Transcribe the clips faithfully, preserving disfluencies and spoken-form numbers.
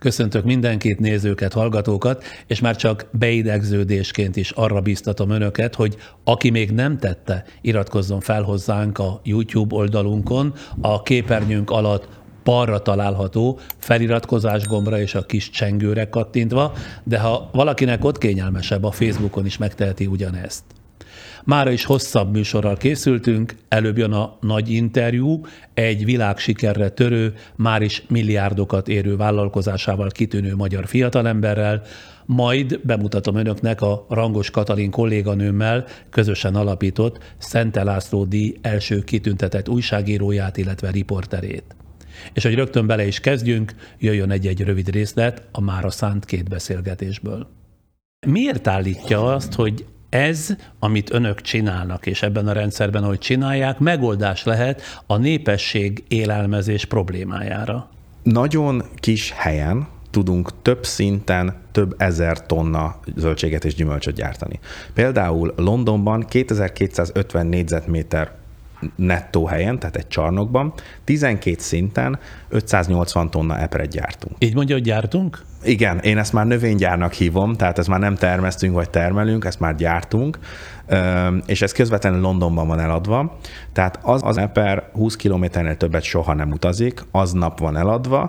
Köszöntök mindenkit, nézőket, hallgatókat, és már csak beidegződésként is arra bíztatom önöket, hogy aki még nem tette, iratkozzon fel hozzánk a YouTube oldalunkon, a képernyőnk alatt balra található feliratkozás gombra és a kis csengőre kattintva, de ha valakinek ott kényelmesebb, a Facebookon is megteheti ugyanezt. Mára is hosszabb műsorral készültünk, előbb jön a nagy interjú, egy világsikerre törő, már is milliárdokat érő vállalkozásával kitűnő magyar fiatalemberrel, majd bemutatom önöknek a Rangos Katalin kolléganőmmel közösen alapított Szente László díj első kitüntetett újságíróját, illetve riporterét. És hogy rögtön bele is kezdjünk, jöjjön egy-egy rövid részlet a mára szánt két beszélgetésből. Miért állítja azt, hogy ez, amit önök csinálnak, és ebben a rendszerben, ahogy csinálják, megoldás lehet a népesség élelmezés problémájára? Nagyon kis helyen tudunk több szinten több ezer tonna zöldséget és gyümölcsöt gyártani. Például Londonban kétezer-kétszázötven négyzetméter nettó helyen, tehát egy csarnokban, tizenkét szinten ötszáznyolcvan tonna epret gyártunk. Így mondja, hogy gyártunk? Igen, én ezt már növénygyárnak hívom, tehát ezt már nem termesztünk vagy termelünk, ezt már gyártunk, és ez közvetlenül Londonban van eladva, tehát az az eper húsz kilométernél többet soha nem utazik, aznap van eladva,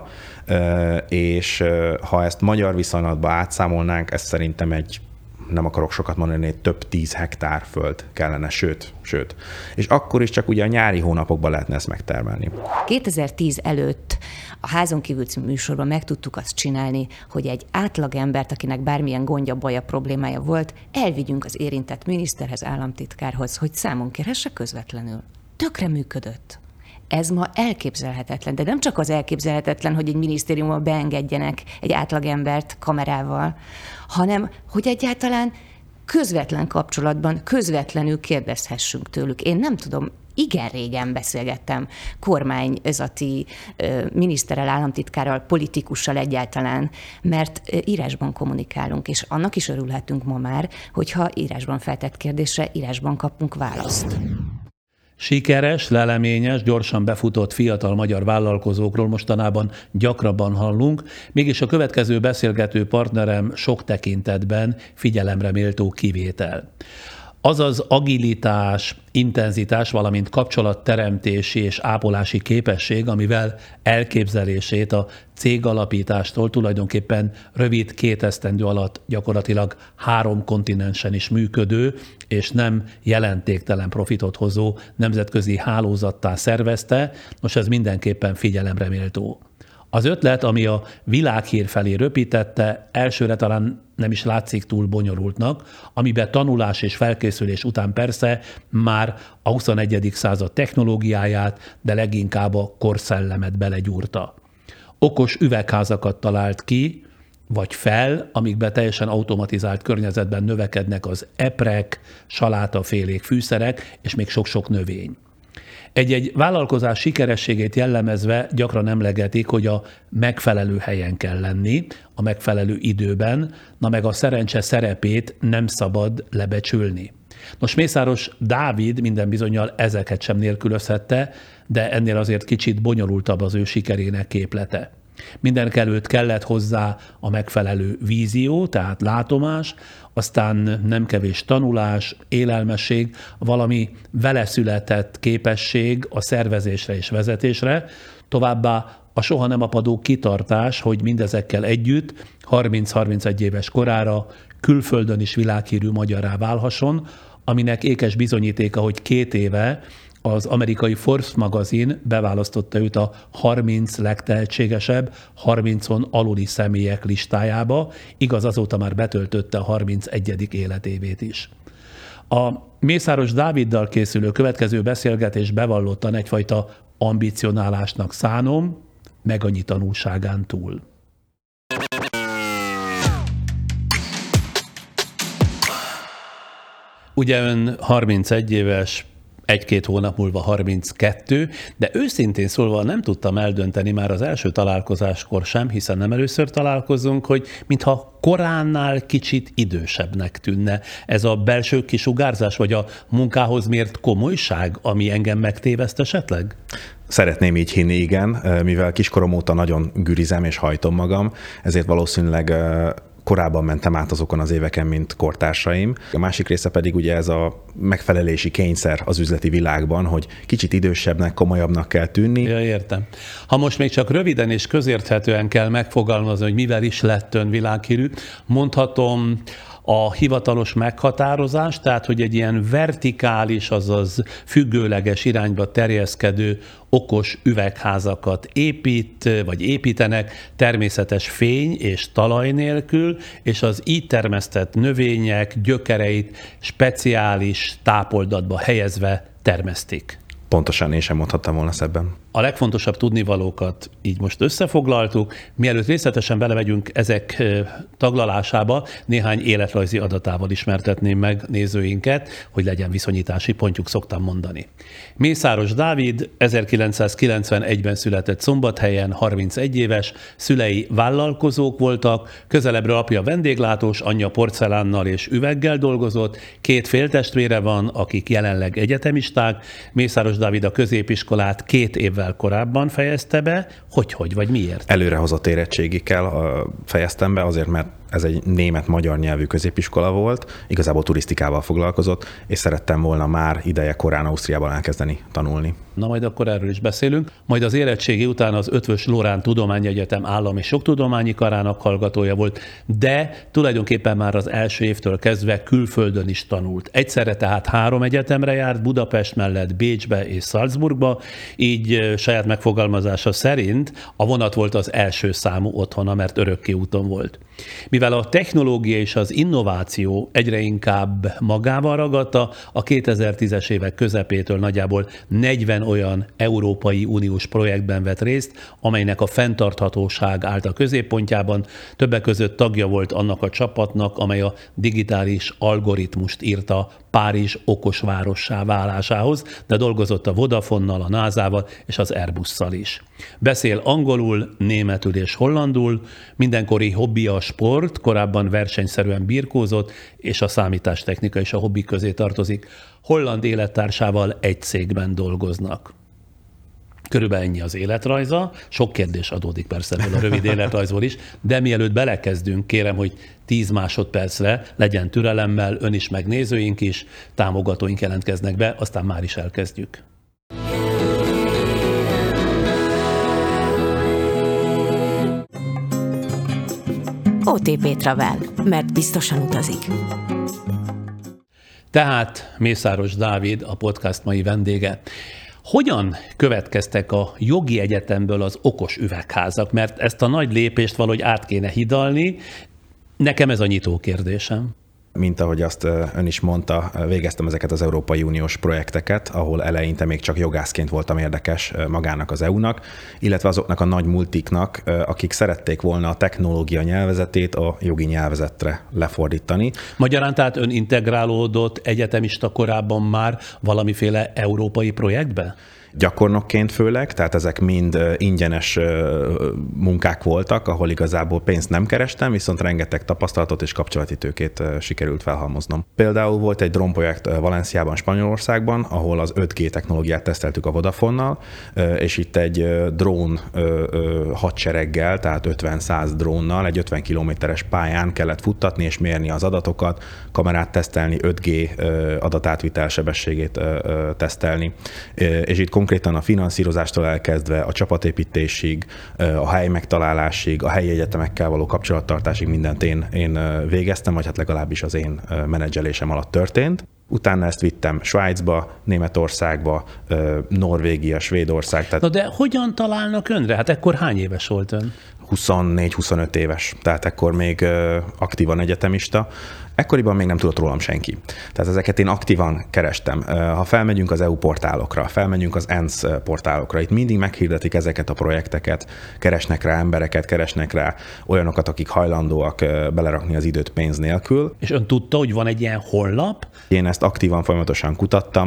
és ha ezt magyar viszonylatba átszámolnánk, ez szerintem egy, nem akarok sokat mondani, egy több tíz hektár föld kellene, sőt, sőt. És akkor is csak ugye a nyári hónapokban lehetne ezt megtermelni. kétezer-tíz előtt a Házon kívül című műsorban meg tudtuk azt csinálni, hogy egy átlagembert, akinek bármilyen gondja, baja, problémája volt, elvigyünk az érintett miniszterhez, államtitkárhoz, hogy számon kérhesse közvetlenül. Tökre működött. Ez ma elképzelhetetlen, de nem csak az elképzelhetetlen, hogy egy minisztériumban beengedjenek egy átlagembert kamerával, hanem hogy egyáltalán közvetlen kapcsolatban, közvetlenül kérdezhessünk tőlük. Én nem tudom, igen régen beszélgettem kormányzati miniszterrel, államtitkárral, politikussal egyáltalán, mert írásban kommunikálunk, és annak is örülhetünk ma már, hogyha írásban feltett kérdésre írásban kapunk választ. Sikeres, leleményes, gyorsan befutott fiatal magyar vállalkozókról mostanában gyakrabban hallunk, mégis a következő beszélgető partnerem sok tekintetben figyelemre méltó kivétel. Azaz agilitás, intenzitás, valamint kapcsolatteremtési és ápolási képesség, amivel elképzelését a cégalapítástól tulajdonképpen rövid két esztendő alatt gyakorlatilag három kontinensen is működő és nem jelentéktelen profitot hozó nemzetközi hálózattá szervezte, most ez mindenképpen figyelemre méltó. Az ötlet, ami a világhír felé röpítette, elsőre talán nem is látszik túl bonyolultnak, amiben tanulás és felkészülés után persze már a huszonegyedik század technológiáját, de leginkább a korszellemet belegyúrta. Okos üvegházakat talált ki, vagy fel, amikben teljesen automatizált környezetben növekednek az eprek, salátafélék, fűszerek, és még sok-sok növény. Egy-egy vállalkozás sikerességét jellemezve gyakran emlegetik, hogy a megfelelő helyen kell lenni, a megfelelő időben, na meg a szerencse szerepét nem szabad lebecsülni. Nos, Mészáros Dávid minden bizonnyal ezeket sem nélkülözhette, de ennél azért kicsit bonyolultabb az ő sikerének képlete. Mindenekelőtt kellett hozzá a megfelelő vízió, tehát látomás, aztán nem kevés tanulás, élelmesség, valami vele született képesség a szervezésre és vezetésre, továbbá a soha nem apadó kitartás, hogy mindezekkel együtt harminc-harmincegy éves korára külföldön is világhírű magyarrá válhasson, aminek ékes bizonyítéka, hogy két éve az amerikai Forbes magazin beválasztotta őt a harminc legtehetségesebb, harmincon aluli személyek listájába, igaz, azóta már betöltötte a harmincegyedik életévét is. A Mészáros Dáviddal készülő következő beszélgetés bevallottan egyfajta ambicionálásnak szánom, meg annyi tanulságán túl. Ugye ön harmincegy éves, egy-két hónap múlva harminckettő, de őszintén szólva nem tudtam eldönteni már az első találkozáskor sem, hiszen nem először találkozunk, hogy mintha koránnál kicsit idősebbnek tűnne. Ez a belső kisugárzás, vagy a munkához mért komolyság, ami engem megtéveszt esetleg? Szeretném így hinni, igen, mivel kiskorom óta nagyon gürizem és hajtom magam, ezért valószínűleg korábban mentem át azokon az éveken, mint kortársaim. A másik része pedig ugye ez a megfelelési kényszer az üzleti világban, hogy kicsit idősebbnek, komolyabbnak kell tűnni. Ja, értem. Ha most még csak röviden és közérthetően kell megfogalmazni, hogy mivel is lett ön világhírű, mondhatom, a hivatalos meghatározás, tehát hogy egy ilyen vertikális, azaz függőleges irányba terjeszkedő okos üvegházakat épít, vagy építenek természetes fény és talaj nélkül, és az így termesztett növények gyökereit speciális tápoldatba helyezve termesztik. Pontosan, én sem mondhattam volna szebben. A legfontosabb tudnivalókat így most összefoglaltuk. Mielőtt részletesen belemegyünk ezek taglalásába, néhány életrajzi adatával ismertetném meg nézőinket, hogy legyen viszonyítási pontjuk, szoktam mondani. Mészáros Dávid ezerkilencszázkilencvenegyben született Szombathelyen, harmincegy éves, szülei vállalkozók voltak, közelebbről apja vendéglátós, anyja porcelánnal és üveggel dolgozott, két féltestvére van, akik jelenleg egyetemisták. Mészáros Dávid a középiskolát két évvel korábban fejezte be, hogy-hogy, vagy miért? Előrehozott érettségikkel fejeztem be, azért, mert ez egy német-magyar nyelvű középiskola volt, igazából turisztikával foglalkozott, és szerettem volna már ideje korán Ausztriában elkezdeni tanulni. Na majd akkor erről is beszélünk. Majd az érettségi után az Eötvös Loránd Tudományegyetem állam- és jogtudományi karának hallgatója volt, de tulajdonképpen már az első évtől kezdve külföldön is tanult. Egyszerre tehát három egyetemre járt, Budapest mellett Bécsbe és Salzburgba, így saját megfogalmazása szerint a vonat volt az első számú otthona, mert örökké úton volt. Mivel a technológia és az innováció egyre inkább magával ragadta, a kétezer-tízes évek közepétől nagyjából negyven olyan Európai Uniós projektben vett részt, amelynek a fenntarthatóság állt a középpontjában. Többek között tagja volt annak a csapatnak, amely a digitális algoritmust írta Párizs okosvárossá válásához, de dolgozott a Vodafonnal, a názával és az Airbusszal is. Beszél angolul, németül és hollandul, mindenkori hobbija a sport, korábban versenyszerűen birkózott, és a számítástechnika is a hobbi közé tartozik. Holland élettársával egy cégben dolgoznak. Körülbelül ennyi az életrajza, sok kérdés adódik persze ebből a rövid életrajzból is, de mielőtt belekezdünk, kérem, hogy tíz másodpercre legyen türelemmel, ön is, meg nézőink is, támogatóink jelentkeznek be, aztán már is elkezdjük. o té pé Travel, mert biztosan utazik. Tehát Mészáros Dávid a podcast mai vendége. Hogyan következtek a jogi egyetemből az okos üvegházak? Mert ezt a nagy lépést valahogy át kéne hidalni. Nekem ez a nyitó kérdésem. Mint ahogy azt ön is mondta, végeztem ezeket az Európai Uniós projekteket, ahol eleinte még csak jogászként voltam érdekes magának az é u-nak, illetve azoknak a nagy multiknak, akik szerették volna a technológia nyelvezetét a jogi nyelvezetre lefordítani. Magyarán tehát ön integrálódott egyetemista korában már valamiféle európai projektbe? Gyakornokként főleg, tehát ezek mind ingyenes munkák voltak, ahol igazából pénzt nem kerestem, viszont rengeteg tapasztalatot és kapcsolati tőkét sikerült felhalmoznom. Például volt egy drónprojekt Valenciában, Spanyolországban, ahol az öt G technológiát teszteltük a Vodafonnal, és itt egy drón hadsereggel, tehát ötven-száz drónnal egy ötven kilométeres pályán kellett futtatni és mérni az adatokat, kamerát tesztelni, öt G adatátvitel sebességét tesztelni. És itt konkrétan a finanszírozástól elkezdve a csapatépítésig, a hely megtalálásig, a helyi egyetemekkel való kapcsolattartásig mindent én, én végeztem, vagy hát legalábbis az én menedzselésem alatt történt. Utána ezt vittem Svájcba, Németországba, Norvégia, Svédország. Tehát Na de hogyan találnak önre? Hát ekkor hány éves volt ön? huszonnégy-huszonöt éves, tehát ekkor még aktívan egyetemista. Ekkoriban még nem tudott rólam senki. Tehát ezeket én aktívan kerestem. Ha felmegyünk az é u portálokra, felmegyünk az ENSZ portálokra, itt mindig meghirdetik ezeket a projekteket, keresnek rá embereket, keresnek rá olyanokat, akik hajlandóak belerakni az időt pénz nélkül. És ön tudta, hogy van egy ilyen honlap? Én ezt aktívan folyamatosan kutattam,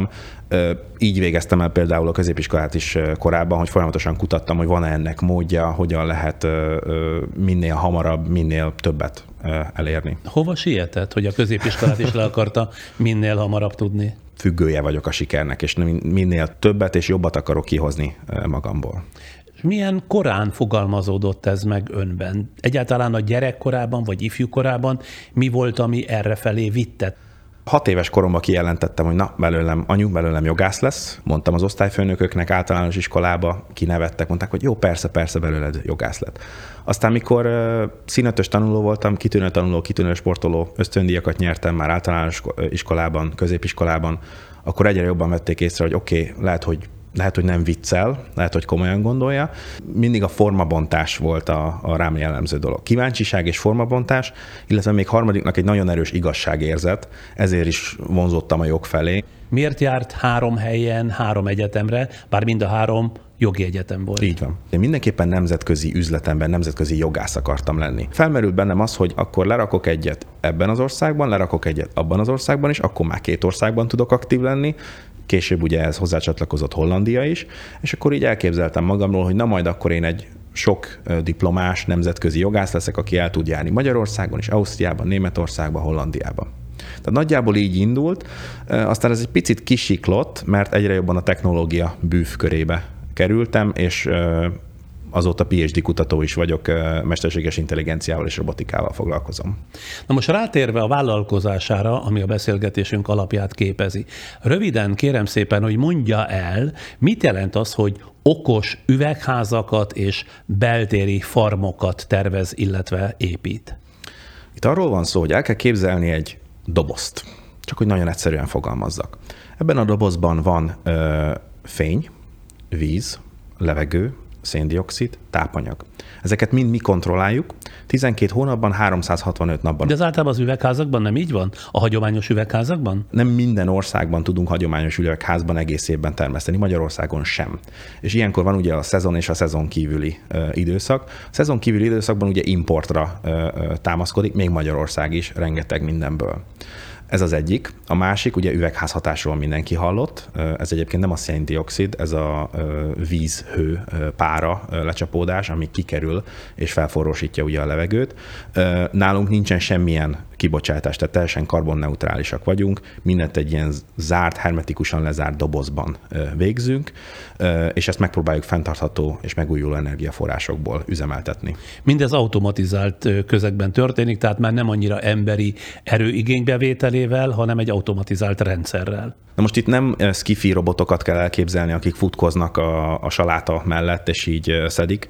Így végeztem el például a középiskolát is korábban, hogy folyamatosan kutattam, hogy van-e ennek módja, hogyan lehet minél hamarabb, minél többet elérni. Hova sietett, hogy a középiskolát is le akarta minél hamarabb tudni? Függője vagyok a sikernek, és minél többet és jobbat akarok kihozni magamból. Milyen korán fogalmazódott ez meg önben? Egyáltalán a gyerekkorában vagy ifjúkorában mi volt, ami errefelé vitte? Hat éves koromban kijelentettem, hogy na, belőlem anyu, belőlem jogász lesz. Mondtam az osztályfőnököknek általános iskolába, kinevettek, mondták, hogy jó, persze, persze, belőled jogász lett. Aztán, mikor uh, színötös tanuló voltam, kitűnő tanuló, kitűnő sportoló, ösztöndíjakat nyertem már általános iskolában, középiskolában, akkor egyre jobban vették észre, hogy oké, okay, lehet, hogy Lehet, hogy nem viccel, lehet, hogy komolyan gondolja. Mindig a formabontás volt a, a rám jellemző dolog. Kíváncsiság és formabontás, illetve még harmadiknak egy nagyon erős igazságérzet, ezért is vonzódtam a jog felé. Miért járt három helyen, három egyetemre, bár mind a három jogi egyetem volt? Így van. Én mindenképpen nemzetközi üzletemben, nemzetközi jogász akartam lenni. Felmerült bennem az, hogy akkor lerakok egyet ebben az országban, lerakok egyet abban az országban is, akkor már két országban tudok aktív lenni. Később ugye ez hozzácsatlakozott Hollandia is, és akkor így elképzeltem magamról, hogy na majd akkor én egy sok diplomás nemzetközi jogász leszek, aki el tud járni Magyarországon is, Ausztriában, Németországban, Hollandiában. Tehát nagyjából így indult, aztán ez egy picit kisiklott, mert egyre jobban a technológia bűvkörébe kerültem, és azóta PhD kutató is vagyok, mesterséges intelligenciával és robotikával foglalkozom. Na most rátérve a vállalkozására, ami a beszélgetésünk alapját képezi. Röviden kérem szépen, hogy mondja el, mit jelent az, hogy okos üvegházakat és beltéri farmokat tervez, illetve épít? Itt arról van szó, hogy el kell képzelni egy dobozt. Csak hogy nagyon egyszerűen fogalmazzak. Ebben a dobozban van ö, fény, víz, levegő, széndioxid, tápanyag. Ezeket mind mi kontrolláljuk, tizenkét hónapban, háromszázhatvanöt napban. De ez általában az üvegházakban nem így van? A hagyományos üvegházakban? Nem minden országban tudunk hagyományos üvegházban egész évben termeszteni, Magyarországon sem. És ilyenkor van ugye a szezon és a szezon kívüli ö, időszak. A szezon kívüli időszakban ugye importra ö, ö, támaszkodik, még Magyarország is, rengeteg mindenből. Ez az egyik. A másik, ugye üvegházhatásról mindenki hallott. Ez egyébként nem a széndioxid, ez a víz-hő pára lecsapódás, ami kikerül és felforrósítja ugye a levegőt. Nálunk nincsen semmilyen kibocsátás, tehát teljesen karbonneutrálisak vagyunk. Mindent egy ilyen zárt, hermetikusan lezárt dobozban végzünk, és ezt megpróbáljuk fenntartható és megújuló energiaforrásokból üzemeltetni. Mindez automatizált közegben történik, tehát már nem annyira emberi erőigénybevételével, hanem egy automatizált rendszerrel. Na most itt nem skifi robotokat kell elképzelni, akik futkoznak a, a saláta mellett, és így szedik,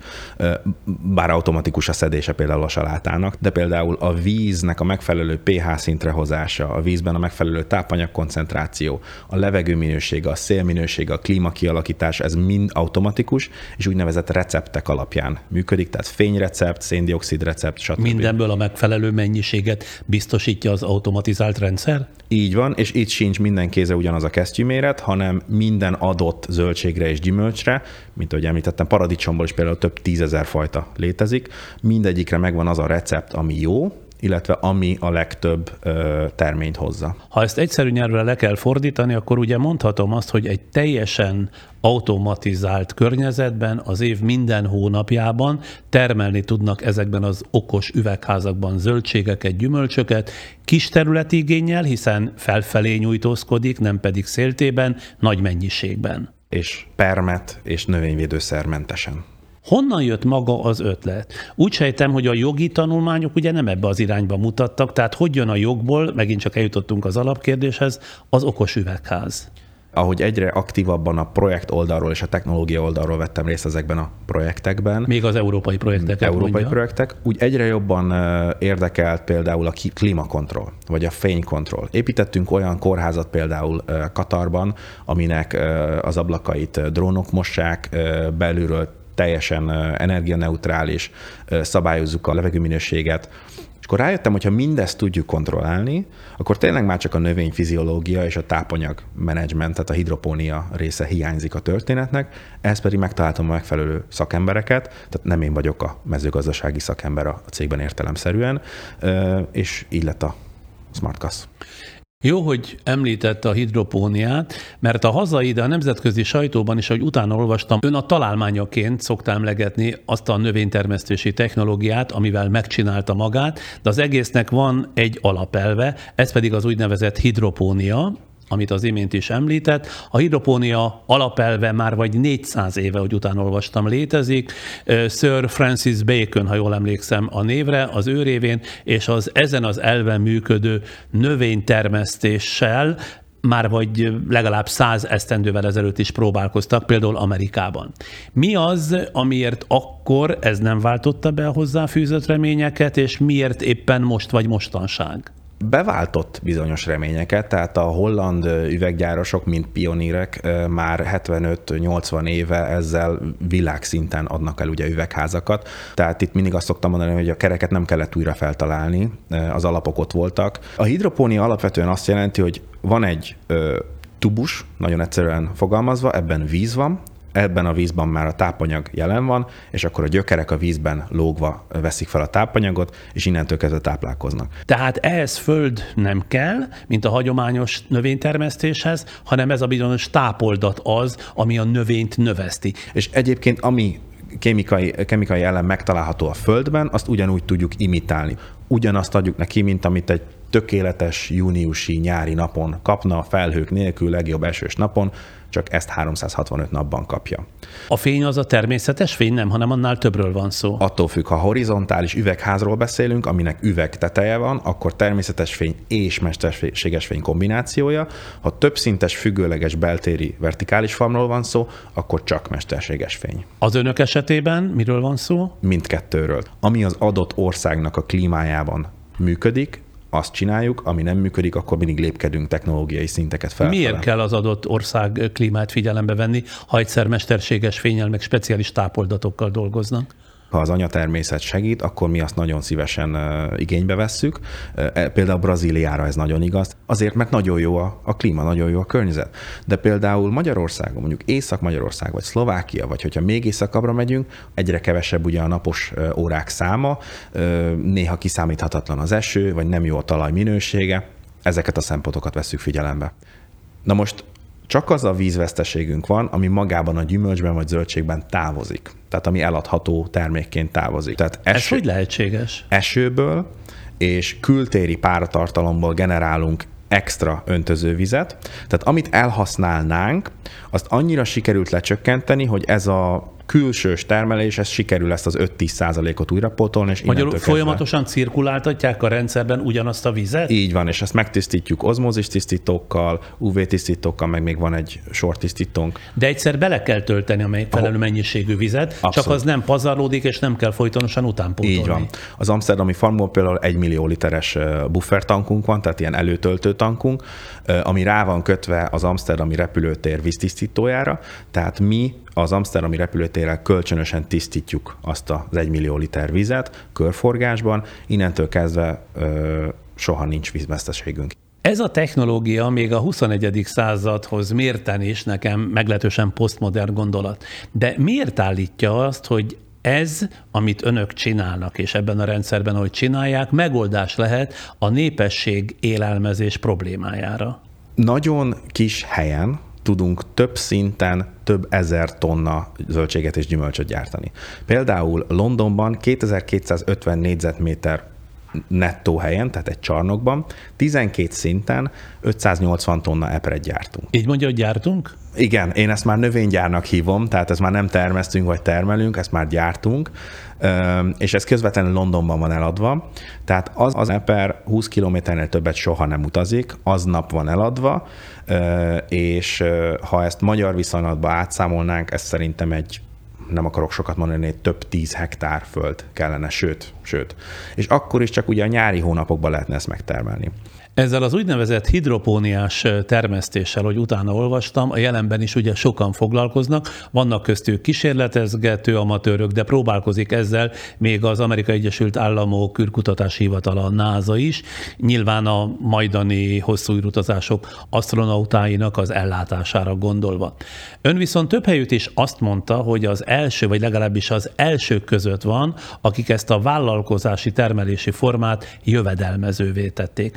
bár automatikus a szedése például a salátának, de például a víznek a megfelelő pH szintre hozása, a vízben a megfelelő tápanyagkoncentráció, a levegő minősége, a szél minősége, a klíma kialakítása, ez mind automatikus, és úgynevezett receptek alapján működik, tehát fényrecept, széndioxid recept, stb. Mindenből a megfelelő mennyiséget biztosítja az automatizált rendszer? Így van, és itt sincs minden kéze ugyanaz a kesztyűméret, hanem minden adott zöldségre és gyümölcsre, mint ahogy említettem, paradicsomból is például több tízezer fajta létezik, mindegyikre megvan az a recept, ami jó, illetve ami a legtöbb ö, terményt hozza. Ha ezt egyszerű nyelvre le kell fordítani, akkor ugye mondhatom azt, hogy egy teljesen automatizált környezetben az év minden hónapjában termelni tudnak ezekben az okos üvegházakban zöldségeket, gyümölcsöket, kis területi igénnyel, hiszen felfelé nyújtózkodik, nem pedig széltében, nagy mennyiségben. És permet és növényvédőszermentesen. Honnan jött maga az ötlet? Úgy sejtem, hogy a jogi tanulmányok ugye nem ebbe az irányba mutattak, tehát hogy jön a jogból, megint csak eljutottunk az alapkérdéshez, az okos üvegház? Ahogy egyre aktívabban a projekt oldalról és a technológia oldalról vettem részt ezekben a projektekben. Még az európai projekteket Európai mondja. projektek. Úgy egyre jobban érdekelt például a klímakontroll, vagy a fénykontroll. Építettünk olyan kórházat például Katarban, aminek az ablakait drónok mossák, belülről teljesen energianeutrális, szabályozzuk a levegőminőséget. És akkor rájöttem, hogy ha mindezt tudjuk kontrollálni, akkor tényleg már csak a növényfiziológia és a tápanyag menedzsment, tehát a hidropónia része hiányzik a történetnek, ehhez pedig megtaláltam a megfelelő szakembereket, tehát nem én vagyok a mezőgazdasági szakember a cégben értelemszerűen, és így lett a SmartCast. Jó, hogy említette a hidropóniát, mert a hazai, de a nemzetközi sajtóban is, ahogy utána olvastam, ön a találmányaként szokta emlegetni azt a növénytermesztési technológiát, amivel megcsinálta magát, de az egésznek van egy alapelve, ez pedig az úgynevezett hidropónia, amit az imént is említett. A hidropónia alapelve már vagy négyszáz éve, hogy utána olvastam, létezik. Sir Francis Bacon, ha jól emlékszem a névre, az ő révén, és az ezen az elven működő növénytermesztéssel már vagy legalább száz esztendővel ezelőtt is próbálkoztak, például Amerikában. Mi az, amiért akkor ez nem váltotta be a hozzáfűzött reményeket, és miért éppen most vagy mostanság? Beváltott bizonyos reményeket, tehát a holland üveggyárosok, mint pionírek már hetvenöt-nyolcvan éve ezzel világszinten adnak el ugye üvegházakat. Tehát itt mindig azt szoktam mondani, hogy a kereket nem kellett újra feltalálni, az alapok ott voltak. A hidropónia alapvetően azt jelenti, hogy van egy ö, tubus, nagyon egyszerűen fogalmazva, ebben víz van, ebben a vízben már a tápanyag jelen van, és akkor a gyökerek a vízben lógva veszik fel a tápanyagot, és innentől kezdve táplálkoznak. Tehát ehhez föld nem kell, mint a hagyományos növénytermesztéshez, hanem ez a bizonyos tápoldat az, ami a növényt növeszti. És egyébként ami kémikai, kémikai elem megtalálható a földben, azt ugyanúgy tudjuk imitálni. Ugyanazt adjuk neki, mint amit egy tökéletes júniusi nyári napon kapna, felhők nélkül, legjobb esős napon, csak ezt háromszázhatvanöt napban kapja. A fény az a természetes fény, nem, hanem annál többről van szó. Attól függ, ha horizontális üvegházról beszélünk, aminek üveg teteje van, akkor természetes fény és mesterséges fény kombinációja. Ha többszintes függőleges beltéri vertikális farmról van szó, akkor csak mesterséges fény. Az önök esetében miről van szó? Mindkettőről. Ami az adott országnak a klímájában működik, azt csináljuk, ami nem működik, akkor mindig lépkedünk technológiai szinteket fel. Miért kell az adott ország klímát figyelembe venni, ha egyszer mesterséges fénnyel, meg speciális tápoldatokkal dolgoznak? Ha az anyatermészet segít, akkor mi azt nagyon szívesen uh, igénybe vesszük. Uh, például Brazíliára ez nagyon igaz, azért, mert nagyon jó a, a klíma, nagyon jó a környezet. De például Magyarországon, mondjuk Észak-Magyarország, vagy Szlovákia, vagy hogyha még északabbra megyünk, egyre kevesebb ugye a napos uh, órák száma, uh, néha kiszámíthatatlan az eső, vagy nem jó a talaj minősége. Ezeket a szempontokat vesszük figyelembe. Na most csak az a vízveszteségünk van, ami magában a gyümölcsben vagy zöldségben távozik. Tehát ami eladható termékként távozik. Tehát eső, Ez hogy lehetséges? Esőből és kültéri páratartalomból generálunk extra öntözővizet. Tehát amit elhasználnánk, azt annyira sikerült lecsökkenteni, hogy ez a külsős termelés, ez sikerül ezt az öt-tíz százalékot újrapótolni, és innentől Magyarul kezdve... folyamatosan cirkuláltatják a rendszerben ugyanazt a vizet? Így van, és ezt megtisztítjuk ozmózis tisztítókkal, ú vé tisztítókkal, meg még van egy sortisztítónk. De egyszer bele kell tölteni a megfelelő mennyiségű vizet, Abszolút. Csak az nem pazarlódik, és nem kell folytonosan utánpótolni. Így van. Az amszterdami farmból például egy millió literes buffertankunk van, tehát ilyen előtöltő tankunk, ami rá van kötve az amszterdami repülőtér víztisztítójára, tehát mi az amszterdami repülőtérrel kölcsönösen tisztítjuk azt az egymillió liter vizet körforgásban, innentől kezdve ö, soha nincs vízveszteségünk. Ez a technológia még a huszonegyedik századhoz mérten is nekem meglehetősen posztmodern gondolat. De miért állítja azt, hogy ez, amit önök csinálnak, és ebben a rendszerben, ahogy csinálják, megoldás lehet a népesség élelmezés problémájára? Nagyon kis helyen tudunk több szinten több ezer tonna zöldséget és gyümölcsöt gyártani. Például Londonban kétezer-kétszázötven négyzetméter nettó helyen, tehát egy csarnokban, tizenkét szinten ötszáznyolcvan tonna epret gyártunk. Így mondja, hogy gyártunk? Igen, én ezt már növénygyárnak hívom, tehát ez már nem termesztünk vagy termelünk, ezt már gyártunk, és ez közvetlenül Londonban van eladva, tehát az az eper húsz kilométernél többet soha nem utazik, aznap van eladva, és ha ezt magyar viszonylatba átszámolnánk, ez szerintem egy, nem akarok sokat mondani, egy több tíz hektár föld kellene, sőt, sőt. És akkor is csak ugye a nyári hónapokban lehetne ezt megtermelni. Ezzel az úgynevezett hidropóniás termesztéssel, hogy utána olvastam, a jelenben is ugye sokan foglalkoznak, vannak köztük kísérletezgető amatőrök, de próbálkozik ezzel még az Amerikai Egyesült Államok űrkutatási hivatala, a NASA is, nyilván a majdani hosszú űrutazások asztronautáinak az ellátására gondolva. Ön viszont több helyütt is azt mondta, hogy az első, vagy legalábbis az elsők között van, akik ezt a vállalkozási termelési formát jövedelmezővé tették.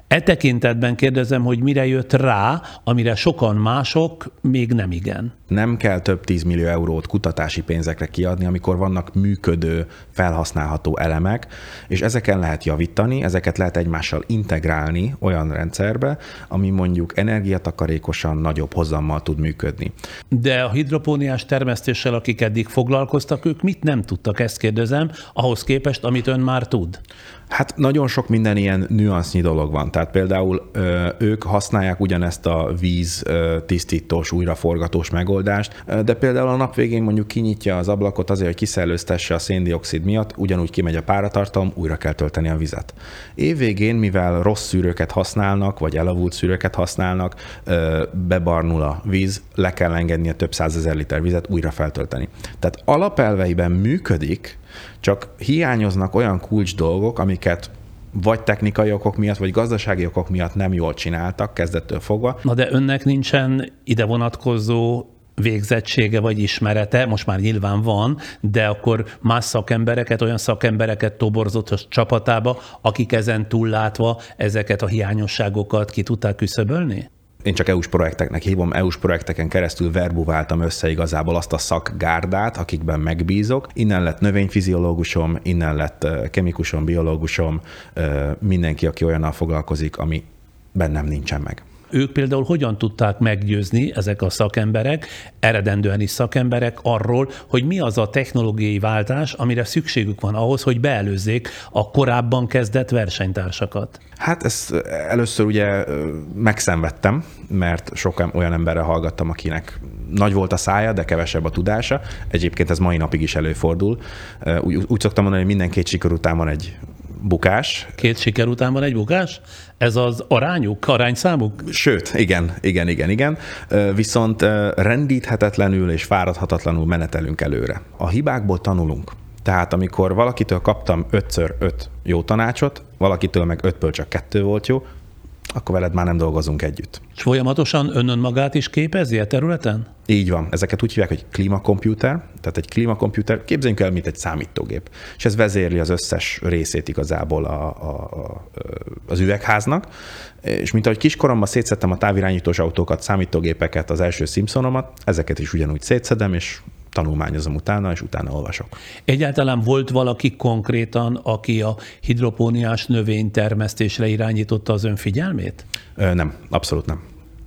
E tekintetben kérdezem, hogy mire jött rá, amire sokan mások még nem igen. Nem kell több tízmillió eurót kutatási pénzekre kiadni, amikor vannak működő, felhasználható elemek, és ezeken lehet javítani, ezeket lehet egymással integrálni olyan rendszerbe, ami mondjuk energiatakarékosan, nagyobb hozammal tud működni. De a hidropóniás termesztéssel, akik eddig foglalkoztak, ők mit nem tudtak, ezt kérdezem, ahhoz képest, amit ön már tud? Hát nagyon sok minden ilyen nüansznyi dolog van. Tehát például ö, ők használják ugyanezt a víz ö, tisztítós, újraforgatós megoldást, de például a nap végén mondjuk kinyitja az ablakot azért, hogy kiszellőztesse a széndioxid miatt, ugyanúgy kimegy a páratartalom, újra kell tölteni a vizet. Évvégén, mivel rossz szűrőket használnak, vagy elavult szűrőket használnak, ö, bebarnul a víz, le kell engedni a több százezer liter vizet, újra feltölteni. Tehát alapelveiben működik, csak hiányoznak olyan kulcs dolgok, amiket vagy technikai okok miatt, vagy gazdasági okok miatt nem jól csináltak kezdettől fogva. Na de önnek nincsen ide vonatkozó végzettsége vagy ismerete, most már nyilván van, de akkor más szakembereket, olyan szakembereket toborzott a csapatába, akik ezen túllátva ezeket a hiányosságokat ki tudták küszöbölni? Én csak é u-s projekteknek hívom, é u-s projekteken keresztül verbuváltam össze igazából azt a szakgárdát, akikben megbízok. Innen lett növényfiziológusom, innen lett kemikusom, biológusom, mindenki, aki olyannal foglalkozik, ami bennem nincsen meg. Ők például hogyan tudták meggyőzni, ezek a szakemberek, eredendően is szakemberek, arról, hogy mi az a technológiai váltás, amire szükségük van ahhoz, hogy beelőzzék a korábban kezdett versenytársakat? Hát ezt először ugye megszenvedtem, mert sok olyan emberre hallgattam, akinek nagy volt a szája, de kevesebb a tudása. Egyébként ez mai napig is előfordul. Úgy, úgy szoktam mondani, hogy minden két siker után van egy bukás. Két siker után van egy bukás? Ez az arányuk, arányszámuk? Sőt, igen, igen, igen, igen. Viszont rendíthetetlenül és fáradhatatlanul menetelünk előre. A hibákból tanulunk. Tehát amikor valakitől kaptam ötször öt jó tanácsot, valakitől meg ötből csak kettő volt jó, akkor veled már nem dolgozunk együtt. És folyamatosan ön önmagát is képezi a területen? Így van. Ezeket úgy hívják, hogy klímakomputer. Tehát egy klímakomputer, képzeljünk el, mint egy számítógép. És ez vezérli az összes részét igazából a, a, a, az üvegháznak. És mint ahogy kiskoromban szétszedtem a távirányítós autókat, számítógépeket, az első Simpsonomat, ezeket is ugyanúgy szétszedem, és tanulmányozom utána, és utána olvasok. Egyáltalán volt valaki konkrétan, aki a hidropóniás növénytermesztésre irányította az ön figyelmét? Ö, nem, abszolút nem.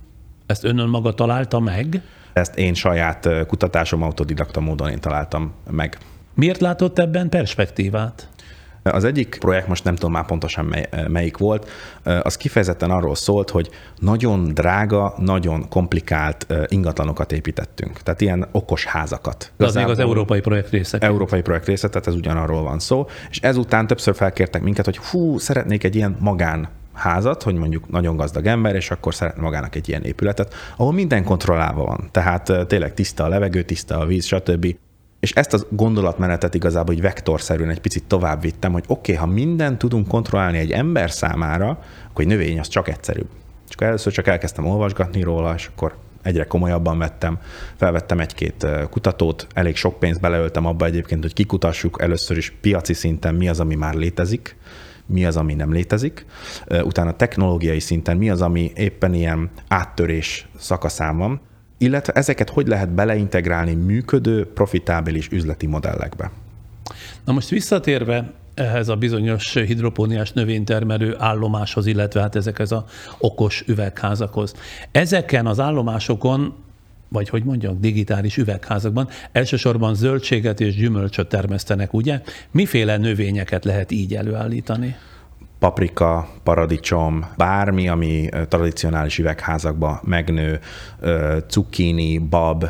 Ezt ön maga találta meg? Ezt én saját kutatásom autodidakta módon én találtam meg. Miért látott ebben perspektívát? Az egyik projekt, most nem tudom már pontosan mely, melyik volt, az kifejezetten arról szólt, hogy nagyon drága, nagyon komplikált ingatlanokat építettünk. Tehát ilyen okos házakat. De az még az európai projekt része. Európai projekt része, tehát ez ugyanarról van szó. És ezután többször felkértek minket, hogy hú, szeretnék egy ilyen magán házat, hogy mondjuk nagyon gazdag ember, és akkor szeretne magának egy ilyen épületet, ahol minden kontrollálva van. Tehát tényleg tiszta a levegő, tiszta a víz, stb. És ezt a gondolatmenetet igazából egy vektorszerűen egy picit tovább vittem, hogy oké, okay, ha mindent tudunk kontrollálni egy ember számára, akkor egy növény az csak egyszerűbb. És akkor először csak elkezdtem olvasgatni róla, és akkor egyre komolyabban vettem, felvettem egy-két kutatót, elég sok pénzt beleöltem abba egyébként, hogy kikutassuk először is piaci szinten mi az, ami már létezik, mi az, ami nem létezik. Utána technológiai szinten mi az, ami éppen ilyen áttörés szakaszán van, illetve ezeket hogy lehet beleintegrálni működő, profitábilis üzleti modellekbe. Na most visszatérve ehhez a bizonyos hidropóniás növénytermelő állomáshoz, illetve hát ezekhez az okos üvegházakhoz. Ezeken az állomásokon, vagy hogy mondjak, digitális üvegházakban elsősorban zöldséget és gyümölcsöt termesztenek, ugye? Miféle növényeket lehet így előállítani? Paprika, paradicsom, bármi, ami tradicionális üvegházakban megnő, cukkini, bab,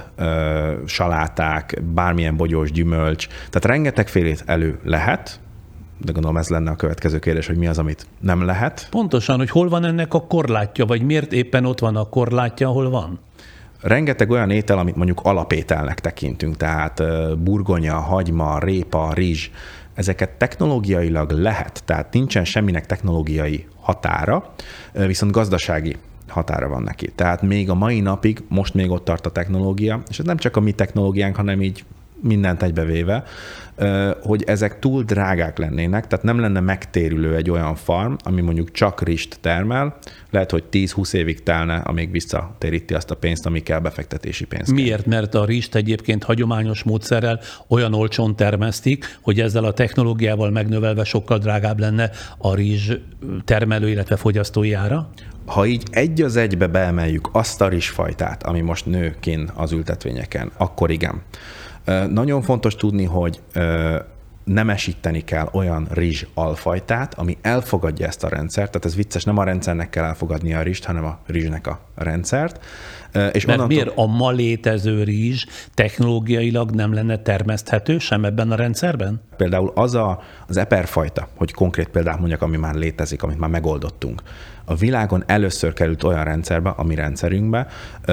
saláták, bármilyen bogyós gyümölcs. Tehát rengetegfélét elő lehet, de gondolom ez lenne a következő kérdés, hogy mi az, amit nem lehet. Pontosan, hogy hol van ennek a korlátja, vagy miért éppen ott van a korlátja, ahol van? Rengeteg olyan étel, amit mondjuk alapételnek tekintünk, tehát burgonya, hagyma, répa, rizs, ezeket technológiailag lehet, tehát nincsen semminek technológiai határa, viszont gazdasági határa van neki. Tehát még a mai napig, most még ott tart a technológia, és ez nem csak a mi technológiánk, hanem így mindent egybevéve, hogy ezek túl drágák lennének, tehát nem lenne megtérülő egy olyan farm, ami mondjuk csak rizst termel, lehet, hogy tíz-húsz évig telne, amíg visszatéríti azt a pénzt, ami kell, befektetési pénz. Miért? Mert a rizst egyébként hagyományos módszerrel olyan olcsón termesztik, hogy ezzel a technológiával megnövelve sokkal drágább lenne a rizs termelő, illetve fogyasztói ára? Ha így egy az egybe beemeljük azt a rizsfajtát, ami most nő kinn az ültetvényeken, akkor igen. Nagyon fontos tudni, hogy nemesíteni kell olyan rizs alfajtát, ami elfogadja ezt a rendszert, tehát ez vicces, nem a rendszernek kell elfogadnia a rizst, hanem a rizsnek a rendszert. És Mert onnantól... miért a ma létező rizs technológiailag nem lenne termeszthető sem ebben a rendszerben? Például az a, az eperfajta, hogy konkrét példát mondjak, ami már létezik, amit már megoldottunk. A világon először került olyan rendszerbe, a mi rendszerünkbe,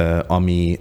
ami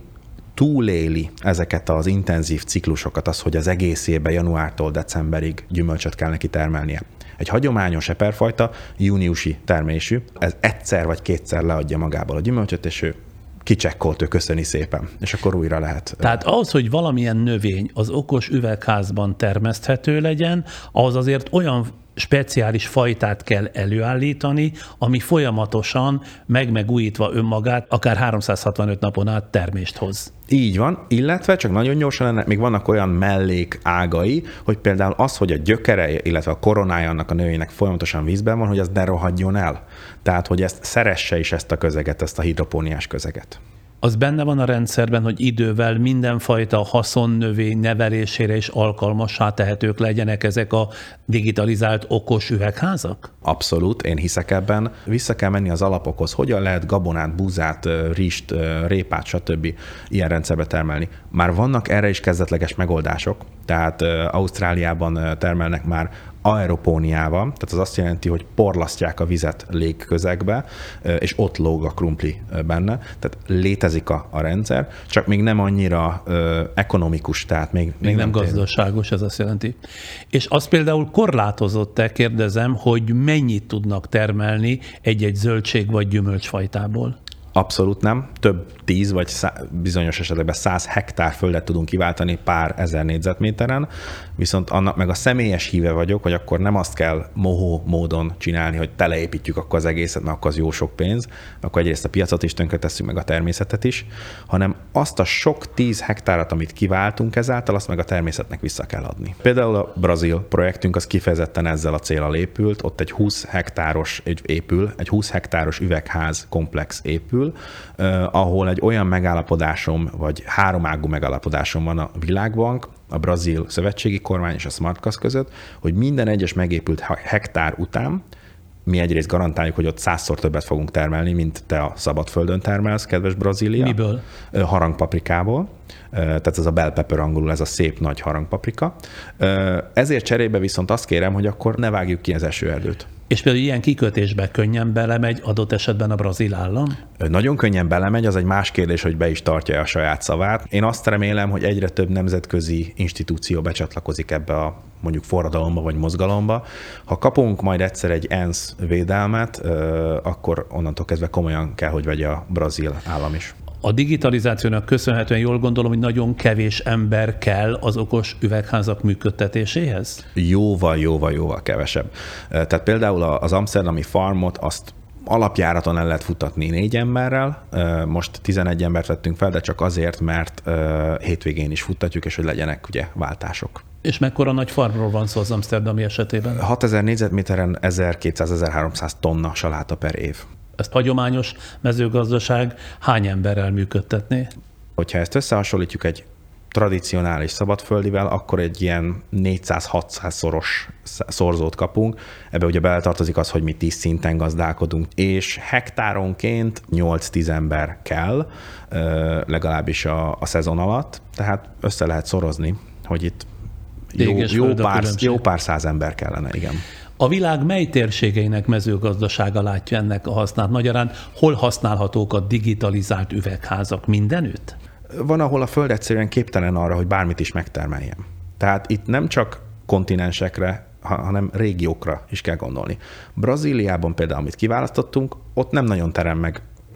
túléli ezeket az intenzív ciklusokat, az, hogy az egész évben januártól decemberig gyümölcsöt kell neki termelnie. Egy hagyományos eperfajta júniusi termésű, ez egyszer vagy kétszer leadja magából a gyümölcsöt, és ő kicsekkolt, ő köszöni szépen, és akkor újra lehet. Tehát ahhoz, hogy valamilyen növény az okos üvegházban termeszthető legyen, ahhoz azért olyan speciális fajtát kell előállítani, ami folyamatosan meg-megújítva önmagát, akár háromszázhatvanöt napon át termést hoz. Így van, illetve csak nagyon gyorsan lenne, még vannak olyan mellék ágai, hogy például az, hogy a gyökere, illetve a koronája annak a növénynek folyamatosan vízben van, hogy az ne rohadjon el. Tehát, hogy ezt szeresse is ezt a közeget, ezt a hidropóniás közeget. Az benne van a rendszerben, hogy idővel mindenfajta haszonnövény nevelésére is alkalmassá tehetők legyenek ezek a digitalizált okos üvegházak? Abszolút, én hiszek ebben. Vissza kell menni az alapokhoz, hogyan lehet gabonát, búzát, rizst, répát, stb. Ilyen rendszerbe termelni. Már vannak erre is kezdetleges megoldások, tehát Ausztráliában termelnek már aeropóniával, tehát az azt jelenti, hogy porlasztják a vizet légközegbe, és ott lóg a krumpli benne. Tehát létezik a, a rendszer, csak még nem annyira ö, ekonomikus, tehát még, még, még nem, nem tér. gazdaságos, ez azt jelenti. És az például korlátozott-e, kérdezem, hogy mennyit tudnak termelni egy-egy zöldség vagy gyümölcsfajtából? Abszolút nem. Több tíz vagy szá- bizonyos esetekben száz hektár földet tudunk kiváltani pár ezer négyzetméteren, viszont annak meg a személyes híve vagyok, hogy akkor nem azt kell mohó módon csinálni, hogy teleépítjük akkor az egészet, mert akkor az jó sok pénz, akkor egyrészt a piacot is tönkretesszük, meg a természetet is, hanem azt a sok tíz hektárat, amit kiváltunk ezáltal, azt meg a természetnek vissza kell adni. Például a brazil projektünk az kifejezetten ezzel a céllal épült, ott egy húsz hektáros egy épül, egy húsz hektáros üvegház komplex épül, eh, ahol egy olyan megállapodásom, vagy háromágú megállapodásom van a Világbank, a brazil szövetségi kormány és a SmartCast között, hogy minden egyes megépült hektár után mi egyrészt garantáljuk, hogy ott százszor többet fogunk termelni, mint te a szabadföldön termelsz, kedves Brazília. Miből? Harangpaprikából. Tehát ez a bell pepper angolul, ez a szép nagy harangpaprika. Ezért cserébe viszont azt kérem, hogy akkor ne vágjuk ki az esőerdőt. És például ilyen kikötésbe könnyen belemegy adott esetben a brazil állam? Nagyon könnyen belemegy, az egy más kérdés, hogy be is tartja a saját szavát. Én azt remélem, hogy egyre több nemzetközi institúció becsatlakozik ebbe a mondjuk forradalomba vagy mozgalomba. Ha kapunk majd egyszer egy ENSZ védelmet, akkor onnantól kezdve komolyan kell, hogy vegye a brazil állam is. A digitalizációnak köszönhetően jól gondolom, hogy nagyon kevés ember kell az okos üvegházak működtetéséhez? Jóval, jóval, jóval kevesebb. Tehát például az amsterdami farmot azt alapjáraton el lehet futatni négy emberrel, most tizenegy embert vettünk fel, de csak azért, mert hétvégén is futtatjuk, és hogy legyenek ugye váltások. És mekkora nagy farmról van szó az amsterdami esetében? hatezer négyzetméteren ezerkétszáz-ezerháromszáz tonna saláta per év. Ezt hagyományos mezőgazdaság hány emberrel működtetné? Hogyha ezt összehasonlítjuk egy tradicionális szabadföldivel, akkor egy ilyen négyszáz-hatszáz szoros szorzót kapunk. Ebbe ugye beletartozik az, hogy mi tíz szinten gazdálkodunk, és hektáronként nyolc-tíz ember kell, legalábbis a, a szezon alatt, tehát össze lehet szorozni, hogy itt jó, jó, pár, jó pár száz ember kellene, igen. A világ mely térségeinek mezőgazdasága látja ennek a hasznát? Magyarán hol használhatók a digitalizált üvegházak? Mindenütt? Van, ahol a föld egyszerűen képtelen arra, hogy bármit is megtermeljen. Tehát itt nem csak kontinensekre, hanem régiókra is kell gondolni. Brazíliában például, amit kiválasztottunk, ott nem nagyon terem meg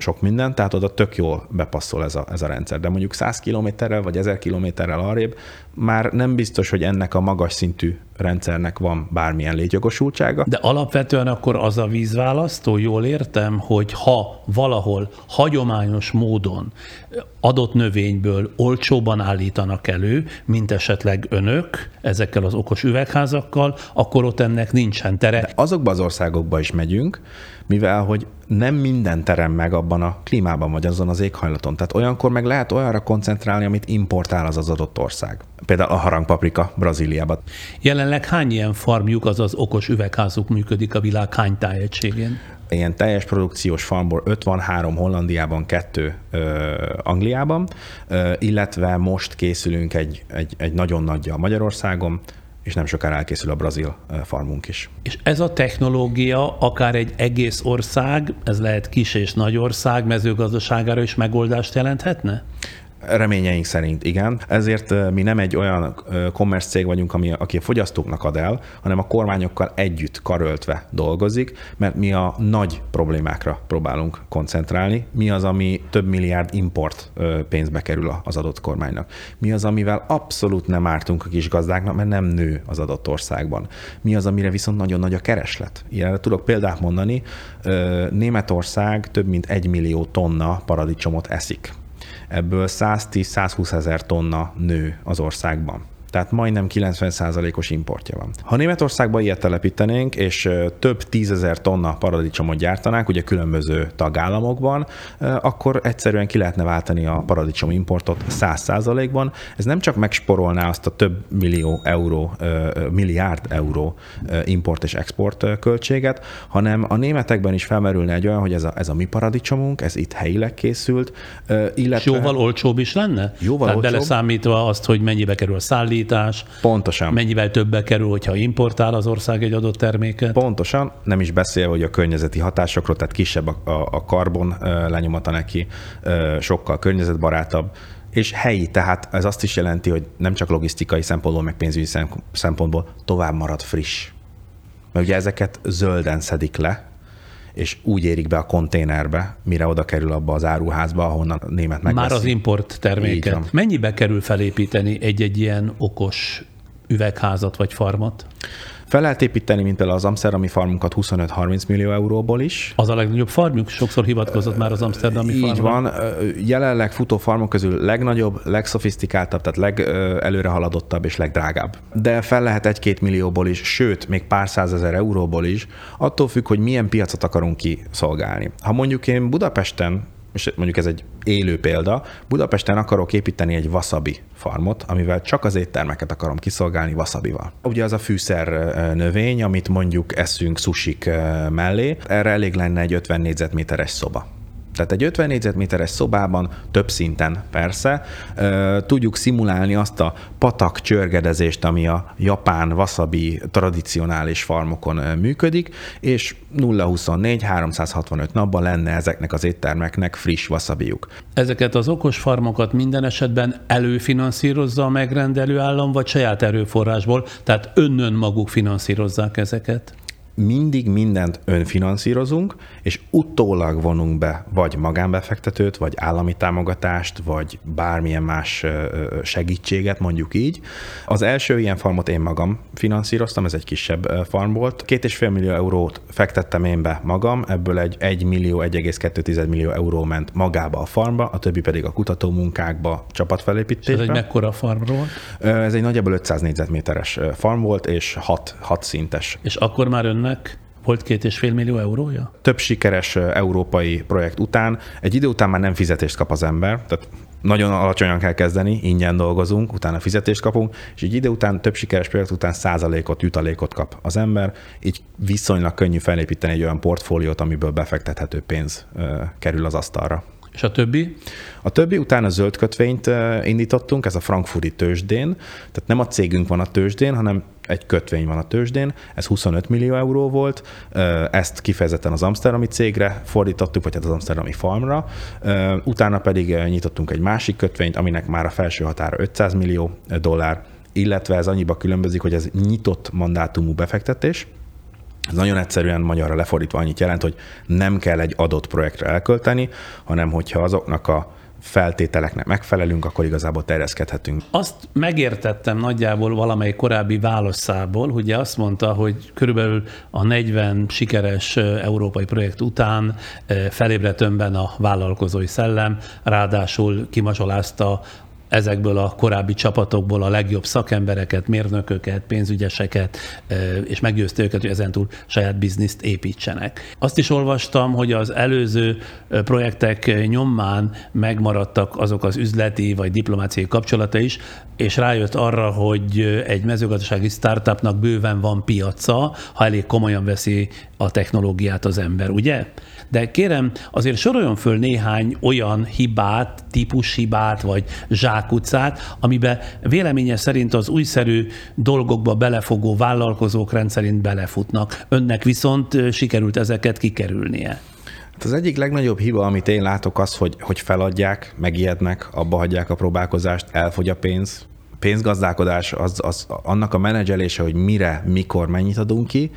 sok minden, tehát oda tök jól bepasszol ez a, ez a rendszer. De mondjuk száz kilométerrel vagy ezer kilométerrel arrébb már nem biztos, hogy ennek a magas szintű rendszernek van bármilyen létjogosultsága. De alapvetően akkor az a vízválasztó, jól értem, hogy ha valahol hagyományos módon adott növényből olcsóban állítanak elő, mint esetleg önök ezekkel az okos üvegházakkal, akkor ott ennek nincsen tere. De azokba az országokba is megyünk, mivel hogy nem minden terem meg abban a klímában vagy azon az éghajlaton. Tehát olyankor meg lehet olyanra koncentrálni, amit importál az az adott ország. Például a harangpaprika Brazíliában. Jelenleg hány ilyen farmjuk, azaz okos üvegházuk működik a világ hány tájegységén? Ilyen teljes produkciós farmból öt van, három Hollandiában, kettő ö, Angliában, ö, illetve most készülünk egy, egy, egy nagyon nagyja Magyarországon, és nem sokára elkészül a brazil farmunk is. És ez a technológia akár egy egész ország, ez lehet kis és nagy ország mezőgazdaságára is megoldást jelenthetne? Reményeink szerint igen. Ezért mi nem egy olyan commerce cég vagyunk, ami, aki a fogyasztóknak ad el, hanem a kormányokkal együtt karöltve dolgozik, mert mi a nagy problémákra próbálunk koncentrálni. Mi az, ami több milliárd import pénzbe kerül az adott kormánynak? Mi az, amivel abszolút nem ártunk a kis gazdáknak, mert nem nő az adott országban? Mi az, amire viszont nagyon nagy a kereslet? Ilyenre tudok példát mondani. Németország több mint egy millió tonna paradicsomot eszik. Ebből száztíz-százhúsz ezer tonna nő az országban. Tehát majdnem kilencven százalékos importja van. Ha Németországban ilyet telepítenénk, és több tízezer tonna paradicsomot gyártanánk, ugye különböző tagállamokban, akkor egyszerűen ki lehetne váltani a paradicsom importot száz százalékban. Ez nem csak megsporolná azt a több millió euró, milliárd euró import és export költséget, hanem a németekben is felmerülne egy olyan, hogy ez a, ez a mi paradicsomunk, ez itt helyileg készült. Illetve... Jóval olcsóbb is lenne? Jóval Tehát olcsóbb. Beleszámítva azt, hogy mennyibe kerül a szállítás, Pontosan. Mennyivel többbe kerül, hogyha importál az ország egy adott terméket? Pontosan, nem is beszélve, hogy a környezeti hatásokról, tehát kisebb a, a, a karbon lenyomata neki, sokkal környezetbarátabb, és helyi, tehát ez azt is jelenti, hogy nem csak logisztikai szempontból, meg pénzügyi szempontból tovább marad friss. Mert ugye ezeket zölden szedik le, és úgy érik be a konténerbe, mire oda kerül abba az áruházba, ahonnan a német megveszi. Már az import terméket. Mennyibe kerül felépíteni egy-egy ilyen okos üvegházat vagy farmot? Fel lehet építeni, mint például az amszterdami farmunkat huszonöt-harminc millió euróból is. Az a legnagyobb farmjuk? Sokszor hivatkozott már az amszterdami farmra. Így van. Jelenleg futó farmok közül legnagyobb, legszofisztikáltabb, tehát legelőrehaladottabb és legdrágább. De fel lehet egy-két millióból is, sőt, még pár százezer euróból is, attól függ, hogy milyen piacot akarunk kiszolgálni. Ha mondjuk én Budapesten, és mondjuk ez egy élő példa, Budapesten akarok építeni egy wasabi farmot, amivel csak az éttermeket akarom kiszolgálni wasabival. Ugye az a fűszer növény, amit mondjuk eszünk susik mellé, erre elég lenne egy ötven négyzetméteres szoba. Tehát egy ötven négyzetméteres szobában, több szinten persze, tudjuk szimulálni azt a patak csörgedezést, ami a japán wasabi tradicionális farmokon működik, és nulla huszonnégy háromszázhatvanöt napban lenne ezeknek az éttermeknek friss wasabijuk. Ezeket az okos farmokat minden esetben előfinanszírozza a megrendelő állam, vagy saját erőforrásból, tehát önnön maguk finanszírozzák ezeket? Mindig mindent önfinanszírozunk, és utólag vonunk be vagy magánbefektetőt, vagy állami támogatást, vagy bármilyen más segítséget, mondjuk így. Az első ilyen farmot én magam finanszíroztam, ez egy kisebb farm volt. Két és fél millió eurót fektettem én be magam, ebből egy egy millió, egy egész kettő millió euró ment magába a farmba, a többi pedig a kutatómunkákba, csapatfelépítésbe. És ez egy mekkora farmról? Ez egy nagyjából ötszáz négyzetméteres farm volt, és hat, hat szintes. És akkor már önnek volt két és fél millió eurója? Több sikeres európai projekt után egy idő után már nem fizetést kap az ember, tehát nagyon alacsonyan kell kezdeni, ingyen dolgozunk, utána fizetést kapunk, és egy idő után, több sikeres projekt után százalékot, jutalékot kap az ember, így viszonylag könnyű felépíteni egy olyan portfóliót, amiből befektethető pénz kerül az asztalra. És a többi? A többi utána zöld kötvényt indítottunk, ez a frankfurti tőzsdén, tehát nem a cégünk van a tőzsdén, hanem egy kötvény van a tőzsdén, ez huszonöt millió euró volt, ezt kifejezetten az amszterdami cégre fordítottuk, vagy hát az amszterdami farmra, utána pedig nyitottunk egy másik kötvényt, aminek már a felső határa ötszáz millió dollár, illetve ez annyiba különbözik, hogy ez nyitott mandátumú befektetés, Ez nagyon egyszerűen magyarra lefordítva annyit jelent, hogy nem kell egy adott projektre elkölteni, hanem hogyha azoknak a feltételeknek megfelelünk, akkor igazából terjeszkedhetünk. Azt megértettem nagyjából valamelyik korábbi válaszából, ugye azt mondta, hogy körülbelül a negyven sikeres európai projekt után felébredt önben a vállalkozói szellem, ráadásul kimazsolázta ezekből a korábbi csapatokból a legjobb szakembereket, mérnököket, pénzügyeseket, és meggyőzte őket, hogy ezentúl saját bizniszt építsenek. Azt is olvastam, hogy az előző projektek nyomán megmaradtak azok az üzleti vagy diplomáciai kapcsolata is, és rájött arra, hogy egy mezőgazdasági startupnak bőven van piaca, ha elég komolyan veszi a technológiát az ember, ugye? De kérem, azért soroljon föl néhány olyan hibát, típushibát vagy zsákutcát, amiben véleménye szerint az újszerű dolgokba belefogó vállalkozók rendszerint belefutnak. Önnek viszont sikerült ezeket kikerülnie. Az egyik legnagyobb hiba, amit én látok, az, hogy, hogy feladják, megijednek, abba hagyják a próbálkozást, elfogy a pénz. Pénzgazdálkodás, az, az, annak a menedzselése, hogy mire, mikor, mennyit adunk ki,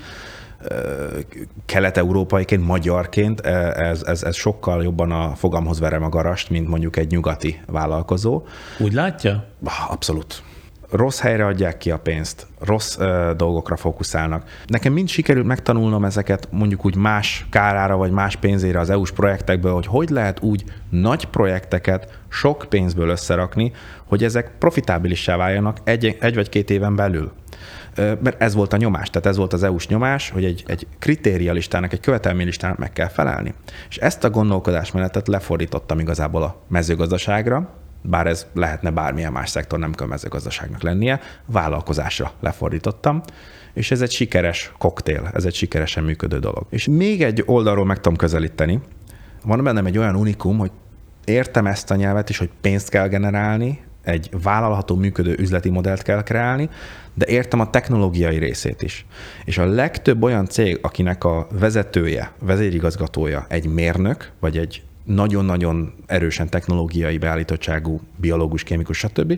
kelet-európaiként, magyarként ez, ez, ez sokkal jobban a fogamhoz verem a garast, mint mondjuk egy nyugati vállalkozó. Úgy látja? Abszolút. Rossz helyre adják ki a pénzt, rossz ö, dolgokra fókuszálnak. Nekem mind sikerült megtanulnom ezeket mondjuk úgy más kárára, vagy más pénzére az é u-s projektekből, hogy hogy lehet úgy nagy projekteket sok pénzből összerakni, hogy ezek profitábilissá váljanak egy, egy vagy két éven belül. Mert ez volt a nyomás, tehát ez volt az é u-s nyomás, hogy egy, egy kritérialistának, egy követelménylistának meg kell felelni. És ezt a gondolkodásmenetet lefordítottam igazából a mezőgazdaságra, bár ez lehetne bármilyen más szektor, nem kell mezőgazdaságnak lennie, vállalkozásra lefordítottam, és ez egy sikeres koktél, ez egy sikeresen működő dolog. És még egy oldalról meg tudom közelíteni, van bennem egy olyan unikum, hogy értem ezt a nyelvet is, hogy pénzt kell generálni, egy vállalható működő üzleti modellt kell kreálni, de értem a technológiai részét is. És a legtöbb olyan cég, akinek a vezetője, vezérigazgatója egy mérnök, vagy egy nagyon-nagyon erősen technológiai beállítottságú biológus, kémikus, stb.,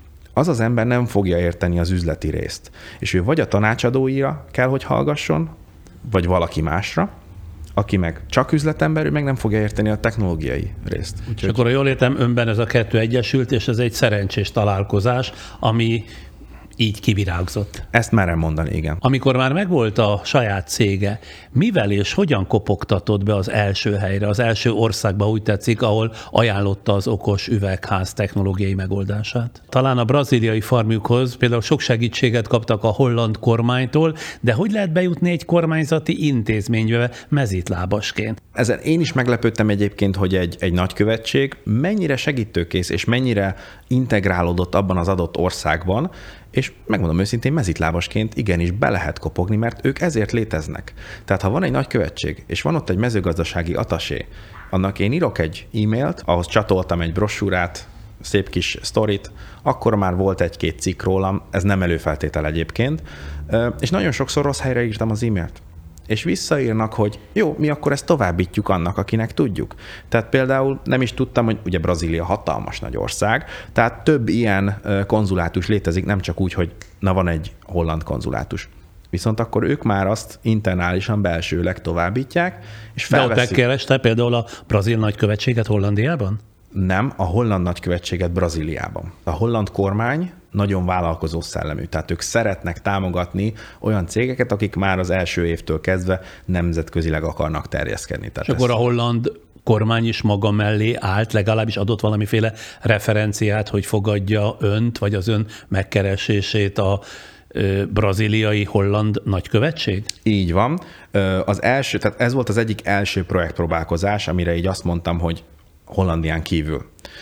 az az ember nem fogja érteni az üzleti részt. És ő vagy a tanácsadóira kell, hogy hallgasson, vagy valaki másra, aki meg csak üzletember, ő meg nem fogja érteni a technológiai részt. Úgyhogy... És akkor, ha jól értem, önben ez a kettő egyesült, és ez egy szerencsés találkozás, ami így kivirágzott. Ezt merem mondani, igen. Amikor már megvolt a saját cége, mivel és hogyan kopogtatott be az első helyre, az első országba, úgy tetszik, ahol ajánlotta az okos üvegház technológiai megoldását? Talán a brazíliai farmjukhoz például sok segítséget kaptak a holland kormánytól, de hogy lehet bejutni egy kormányzati intézménybe mezítlábasként? Ezen én is meglepődtem egyébként, hogy egy, egy nagykövetség mennyire segítőkész és mennyire integrálódott abban az adott országban, és megmondom őszintén, mezitlábasként igenis be lehet kopogni, mert ők ezért léteznek. Tehát ha van egy nagykövetség, és van ott egy mezőgazdasági atasé, annak én írok egy e-mailt, ahhoz csatoltam egy brossúrát, szép kis sztorit, akkor már volt egy-két cikk rólam, ez nem előfeltétel egyébként, és nagyon sokszor rossz helyre írtam az e-mailt. És visszaírnak, hogy jó, mi akkor ezt továbbítjuk annak, akinek tudjuk. Tehát például nem is tudtam, hogy ugye Brazília hatalmas nagy ország, tehát több ilyen konzulátus létezik, nem csak úgy, hogy na van egy holland konzulátus. Viszont akkor ők már azt internálisan, belsőleg továbbítják, és felveszik. De ott megkereste például a brazil nagykövetséget Hollandiában? Nem, a holland nagykövetséget Brazíliában. A holland kormány nagyon vállalkozó szellemű, tehát ők szeretnek támogatni olyan cégeket, akik már az első évtől kezdve nemzetközileg akarnak terjeszkedni. Tehát és akkor a holland kormány is maga mellé állt, legalábbis adott valamiféle referenciát, hogy fogadja önt, vagy az ön megkeresését a brazíliai holland nagykövetség? Így van. Az első, tehát ez volt az egyik első projektpróbálkozás, amire így azt mondtam, hogy Hollandián kívül.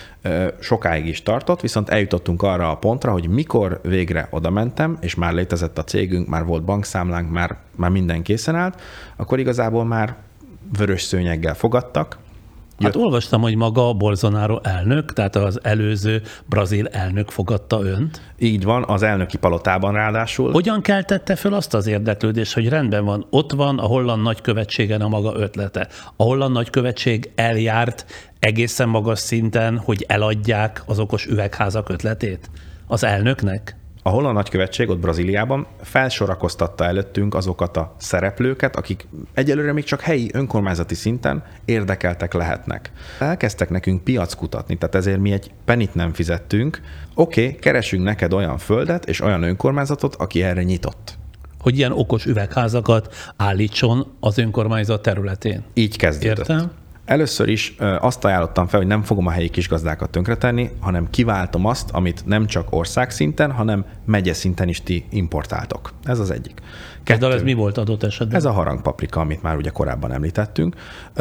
Sokáig is tartott, viszont eljutottunk arra a pontra, hogy mikor végre oda mentem, és már létezett a cégünk, már volt bankszámlánk, már, már minden készen állt, akkor igazából már vörös szőnyeggel fogadtak. Hát Jött... olvastam, hogy maga Bolsonaro elnök, tehát az előző brazil elnök fogadta önt. Így van, az elnöki palotában ráadásul. Hogyan keltette föl azt az érdeklődést, hogy rendben van, ott van a holland nagykövetségen a maga ötlete. A holland nagykövetség eljárt egészen magas szinten, hogy eladják az okos üvegházak ötletét az elnöknek? A holland nagykövetség ott Brazíliában felsorakoztatta előttünk azokat a szereplőket, akik egyelőre még csak helyi önkormányzati szinten érdekeltek lehetnek. Elkezdtek nekünk piac kutatni, tehát ezért mi egy penit nem fizettünk. Oké, okay, keresünk neked olyan földet és olyan önkormányzatot, aki erre nyitott. Hogy ilyen okos üvegházakat állítson az önkormányzat területén. Így kezdődött. Értem? Először is azt ajánlottam fel, hogy nem fogom a helyi kisgazdákat tönkretenni, hanem kiváltom azt, amit nem csak országszinten, hanem megye szinten is ti importáltok. Ez az egyik. Kettő, ez mi volt adott esetben? Ez a harangpaprika, amit már ugye korábban említettünk.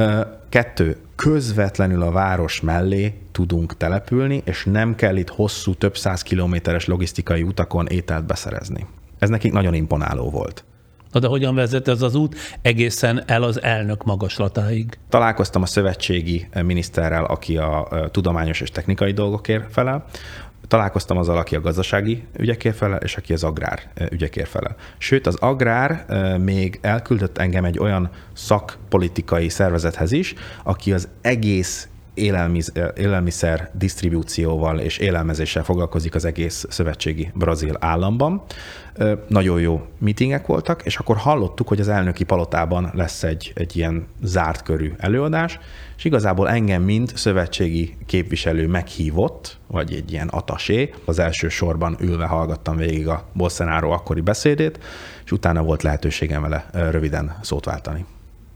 Kettő, közvetlenül a város mellé tudunk települni, és nem kell itt hosszú, több száz kilométeres logisztikai utakon ételt beszerezni. Ez nekik nagyon imponáló volt. Na de hogyan vezet ez az út egészen el az elnök magaslatáig? Találkoztam a szövetségi miniszterrel, aki a tudományos és technikai dolgokért felel. Találkoztam azzal, aki a gazdasági ügyekért felel, és aki az agrár ügyekért felel. Sőt, az agrár még elküldött engem egy olyan szakpolitikai szervezethez is, aki az egész élelmiszer, élelmiszer disztribúcióval és élelmezéssel foglalkozik az egész szövetségi brazil államban. Nagyon jó meetingek voltak, és akkor hallottuk, hogy az elnöki palotában lesz egy, egy ilyen zárt körű előadás, és igazából engem mind szövetségi képviselő meghívott, vagy egy ilyen atasé. Az első sorban ülve hallgattam végig a Bolsonaro akkori beszédét, és utána volt lehetőségem vele röviden szót váltani.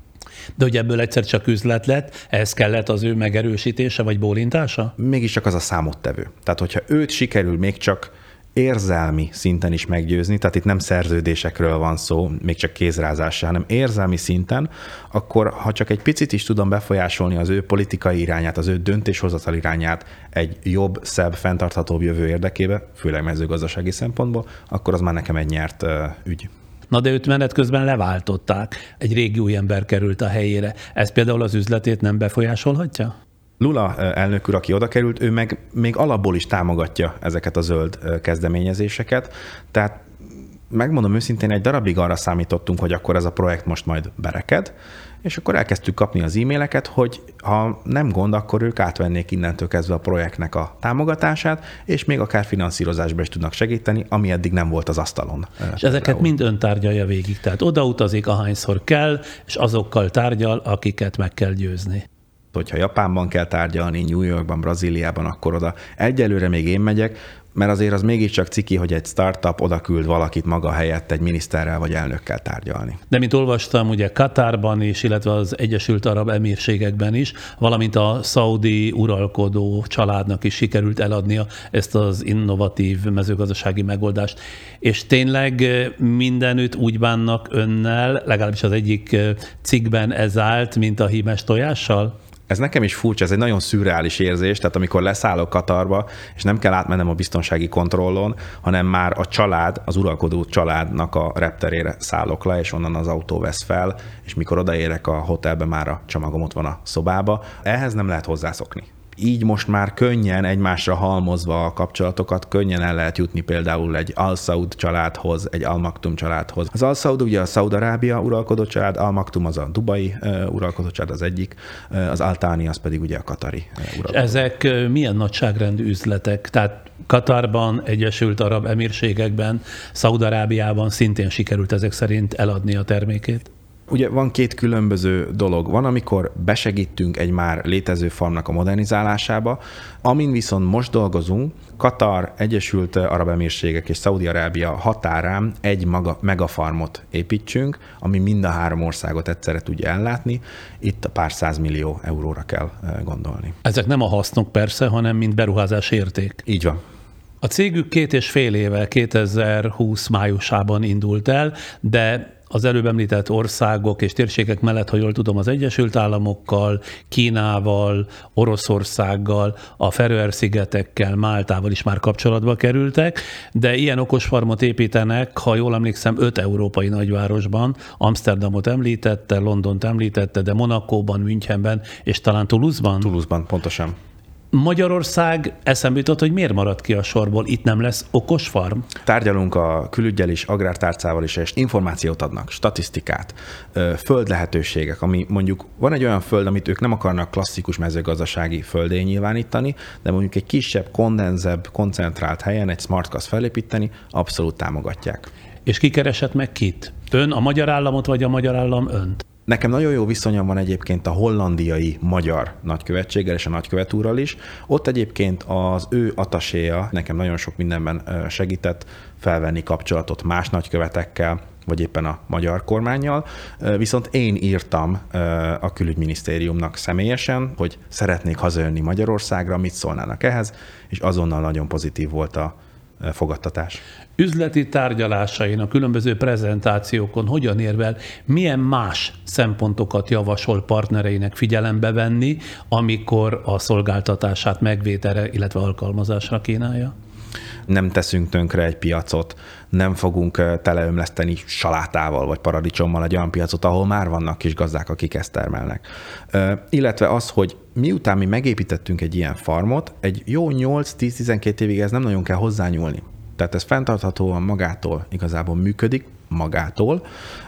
De hogy ebből egyszer csak üzlet lett, ehhez kellett az ő megerősítése vagy bólintása? Mégiscsak az a számottevő. Tehát, hogyha őt sikerül még csak érzelmi szinten is meggyőzni, tehát itt nem szerződésekről van szó, még csak kézrázásra, hanem érzelmi szinten, akkor ha csak egy picit is tudom befolyásolni az ő politikai irányát, az ő döntéshozatal irányát egy jobb, szebb, fenntarthatóbb jövő érdekébe, főleg mezőgazdasági szempontból, akkor az már nekem egy nyert uh, ügy. Na de őt menet közben leváltották, egy régi új ember került a helyére. Ez például az üzletét nem befolyásolhatja? Lula elnök úr, aki oda került, ő meg még alapból is támogatja ezeket a zöld kezdeményezéseket. Tehát megmondom őszintén, egy darabig arra számítottunk, hogy akkor ez a projekt most majd bereked, és akkor elkezdtük kapni az e-maileket, hogy ha nem gond, akkor ők átvennék innentől kezdve a projektnek a támogatását, és még akár finanszírozásba is tudnak segíteni, ami eddig nem volt az asztalon. És ezeket mind ön tárgyalja végig, tehát odautazik, ahányszor kell, és azokkal tárgyal, akiket meg kell győzni. Hogyha Japánban kell tárgyalni, New Yorkban, Brazíliában, akkor oda egyelőre még én megyek, mert azért az mégiscsak ciki, hogy egy startup oda küld valakit maga helyett egy miniszterrel vagy elnökkel tárgyalni. De mint olvastam, ugye Katárban is, illetve az Egyesült Arab Emírségekben is, valamint a szaudi uralkodó családnak is sikerült eladnia ezt az innovatív mezőgazdasági megoldást. És tényleg mindenütt úgy bánnak önnel, legalábbis az egyik cikkben ez állt, mint a hímes tojással? Ez nekem is furcsa, ez egy nagyon szürreális érzés, tehát amikor leszállok Katarba, és nem kell átmennem a biztonsági kontrollon, hanem már a család, az uralkodó családnak a repterére szállok le, és onnan az autó vesz fel, és mikor odaérek a hotelbe, már a csomagom ott van a szobába. Ehhez nem lehet hozzászokni. Így most már könnyen egymásra halmozva a kapcsolatokat, könnyen el lehet jutni például egy Al Saud családhoz, egy Al Maktum családhoz. Az Al Saud ugye a Szaúd-Arábia uralkodó család, Al Maktum az a dubai uh, uralkodó család az egyik, uh, az Al Thani az pedig ugye a katari uh, uralkodó. Ezek uh, milyen nagyságrendű üzletek? Tehát Katarban, Egyesült Arab Emírségekben, Szaúd-Arábiában szintén sikerült ezek szerint eladni a termékét? Ugye van két különböző dolog. Van, amikor besegítünk egy már létező farmnak a modernizálásába, amin viszont most dolgozunk, Katar, Egyesült Arab Emírségek és Szaúd-Arábia határán egy maga, megafarmot építsünk, ami mind a három országot egyszerre tudja ellátni. Itt a pár százmillió euróra kell gondolni. Ezek nem a hasznok persze, hanem mint beruházás érték. Így van. A cégük két és fél éve, kétezer-húsz májusában indult el, de az előbb említett országok és térségek mellett, ha jól tudom, az Egyesült Államokkal, Kínával, Oroszországgal, a Feröer-szigetekkel, Máltával is már kapcsolatba kerültek, de ilyen okos farmot építenek, ha jól emlékszem, öt európai nagyvárosban, Amsterdamot említette, Londont említette, de Monacóban, Münchenben és talán Toulouse-ban? Toulouse-ban, pontosan. Magyarország eszembe jutott, hogy miért maradt ki a sorból, itt nem lesz okos farm? Tárgyalunk a külüggyel is, agrártárcával is, és információt adnak, statisztikát, földlehetőségek, ami mondjuk van egy olyan föld, amit ők nem akarnak klasszikus mezőgazdasági földé nyilvánítani, de mondjuk egy kisebb, kondenzebb, koncentrált helyen egy smart gas felépíteni, abszolút támogatják. És ki keresett meg kit? Ön a magyar államot, vagy a magyar állam önt? Nekem nagyon jó viszonyom van egyébként a hollandiai magyar nagykövetséggel és a nagykövet úrral is. Ott egyébként az ő ataséja nekem nagyon sok mindenben segített felvenni kapcsolatot más nagykövetekkel, vagy éppen a magyar kormánnyal. Viszont én írtam a külügyminisztériumnak személyesen, hogy szeretnék hazajönni Magyarországra, mit szólnának ehhez, és azonnal nagyon pozitív volt a fogadtatás. Üzleti tárgyalásain, a különböző prezentációkon hogyan érvel, milyen más szempontokat javasol partnereinek figyelembe venni, amikor a szolgáltatását megvételre, illetve alkalmazásra kínálja? Nem teszünk tönkre egy piacot, nem fogunk teleömleszteni salátával vagy paradicsommal egy olyan piacot, ahol már vannak kis gazdák, akik ezt termelnek. Illetve az, hogy miután mi megépítettünk egy ilyen farmot, egy jó nyolc-tíz-tizenkét évig ez nem nagyon kell hozzányúlni. Tehát ez fenntarthatóan magától igazából működik, magától,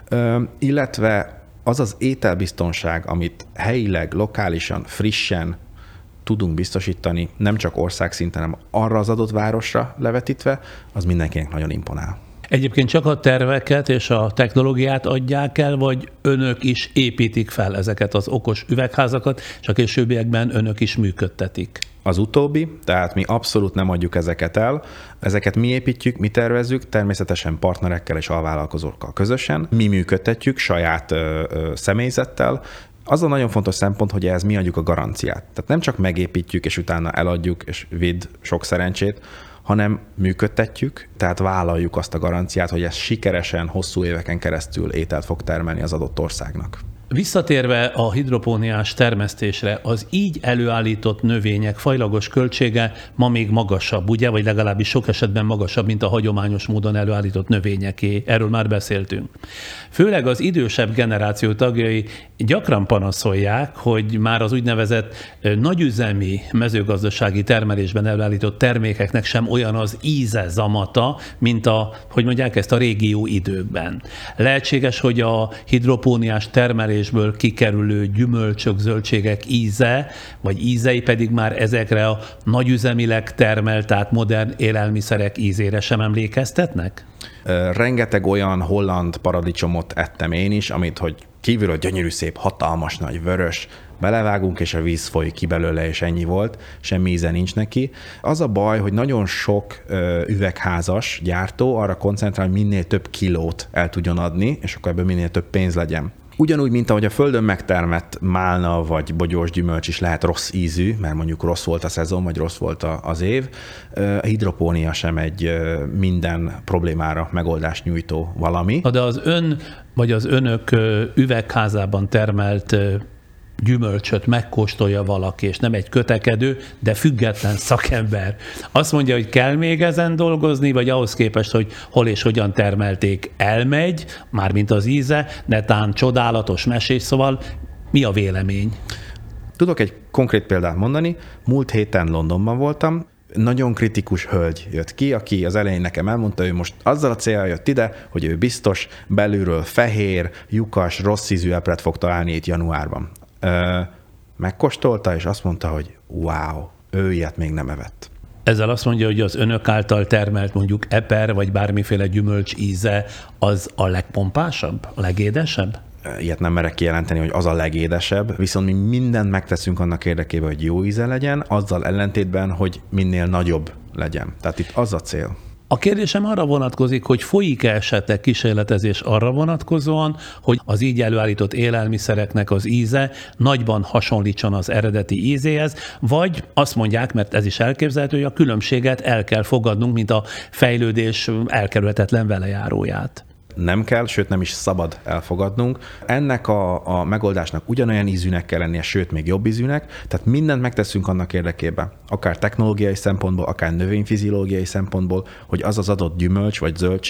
illetve az az ételbiztonság, amit helyileg, lokálisan, frissen tudunk biztosítani, nem csak országszinten, hanem arra az adott városra levetítve, az mindenkinek nagyon imponál. Egyébként csak a terveket és a technológiát adják el, vagy önök is építik fel ezeket az okos üvegházakat, és a későbbiekben önök is működtetik? Az utóbbi, tehát mi abszolút nem adjuk ezeket el. Ezeket mi építjük, mi tervezzük, természetesen partnerekkel és alvállalkozókkal közösen. Mi működtetjük saját ö, ö, személyzettel. Az a nagyon fontos szempont, hogy ehhez mi adjuk a garanciát. Tehát nem csak megépítjük, és utána eladjuk, és vidd sok szerencsét, hanem működtetjük, tehát vállaljuk azt a garanciát, hogy ez sikeresen, hosszú éveken keresztül ételt fog termelni az adott országnak. Visszatérve a hidropóniás termesztésre, az így előállított növények fajlagos költsége ma még magasabb, ugye? Vagy legalábbis sok esetben magasabb, mint a hagyományos módon előállított növényeké. Erről már beszéltünk. Főleg az idősebb generáció tagjai gyakran panaszolják, hogy már az úgynevezett nagyüzemi mezőgazdasági termelésben előállított termékeknek sem olyan az íze, zamata, mint a, hogy mondják ezt, a régi jó időkben. Lehetséges, hogy a hidropóniás termelésből kikerülő gyümölcsök, zöldségek íze, vagy ízei pedig már ezekre a nagyüzemileg termelt, tehát modern élelmiszerek ízére sem emlékeztetnek? Rengeteg olyan holland paradicsomot ettem én is, amit, hogy kívülről gyönyörű, szép, hatalmas, nagy, vörös, belevágunk, és a víz folyik ki belőle, és ennyi volt, semmi íze nincs neki. Az a baj, hogy nagyon sok ö, üvegházas gyártó arra koncentrál, hogy minél több kilót el tudjon adni, és akkor ebből minél több pénz legyen. Ugyanúgy, mint ahogy a földön megtermett málna vagy bogyós gyümölcs is lehet rossz ízű, mert mondjuk rossz volt a szezon, vagy rossz volt az év, a hidropónia sem egy minden problémára megoldást nyújtó valami. De az ön vagy az önök üvegházában termelt gyümölcsöt megkóstolja valaki, és nem egy kötekedő, de független szakember. Azt mondja, hogy kell még ezen dolgozni, vagy ahhoz képest, hogy hol és hogyan termelték, elmegy, mármint az íze, netán csodálatos, mesés, szóval mi a vélemény? Tudok egy konkrét példát mondani. Múlt héten Londonban voltam, nagyon kritikus hölgy jött ki, aki az elején nekem elmondta, ő most azzal a céllal jött ide, hogy ő biztos belülről fehér, lyukas, rossz ízű epret fog találni itt januárban. Megkóstolta, és azt mondta, hogy wow, ő ilyet még nem evett. Ezzel azt mondja, hogy az önök által termelt mondjuk eper, vagy bármiféle gyümölcs íze az a legpompásabb, a legédesebb? Ilyet nem merek kijelenteni, hogy az a legédesebb, viszont mi mindent megteszünk annak érdekében, hogy jó íze legyen, azzal ellentétben, hogy minél nagyobb legyen. Tehát itt az a cél. A kérdésem arra vonatkozik, hogy folyik-e esetleg kísérletezés arra vonatkozóan, hogy az így előállított élelmiszereknek az íze nagyban hasonlítson az eredeti ízéhez, vagy azt mondják, mert ez is elképzelhető, hogy a különbséget el kell fogadnunk, mint a fejlődés elkerülhetetlen velejáróját. Nem kell, sőt nem is szabad elfogadnunk. Ennek a, a megoldásnak ugyanolyan ízűnek kell lennie, sőt még jobb ízűnek, tehát mindent megteszünk annak érdekében, akár technológiai szempontból, akár növényfiziológiai szempontból, hogy az az adott gyümölcs vagy zöldség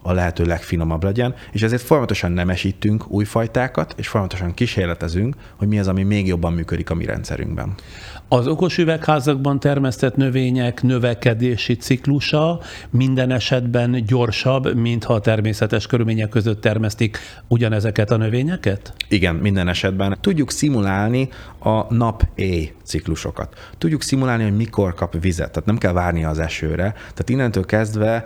a lehető legfinomabb legyen, és ezért folyamatosan nemesítünk új fajtákat, és folyamatosan kísérletezünk, hogy mi az, ami még jobban működik a mi rendszerünkben. Az okos üvegházakban termesztett növények növekedési ciklusa minden esetben gyorsabb, mint ha a természetes körülmények között termesztik ugyanezeket a növényeket? Igen, minden esetben. Tudjuk szimulálni a nap-éj ciklusokat. Tudjuk szimulálni, hogy mikor kap vizet, tehát nem kell várni az esőre. Tehát innentől kezdve,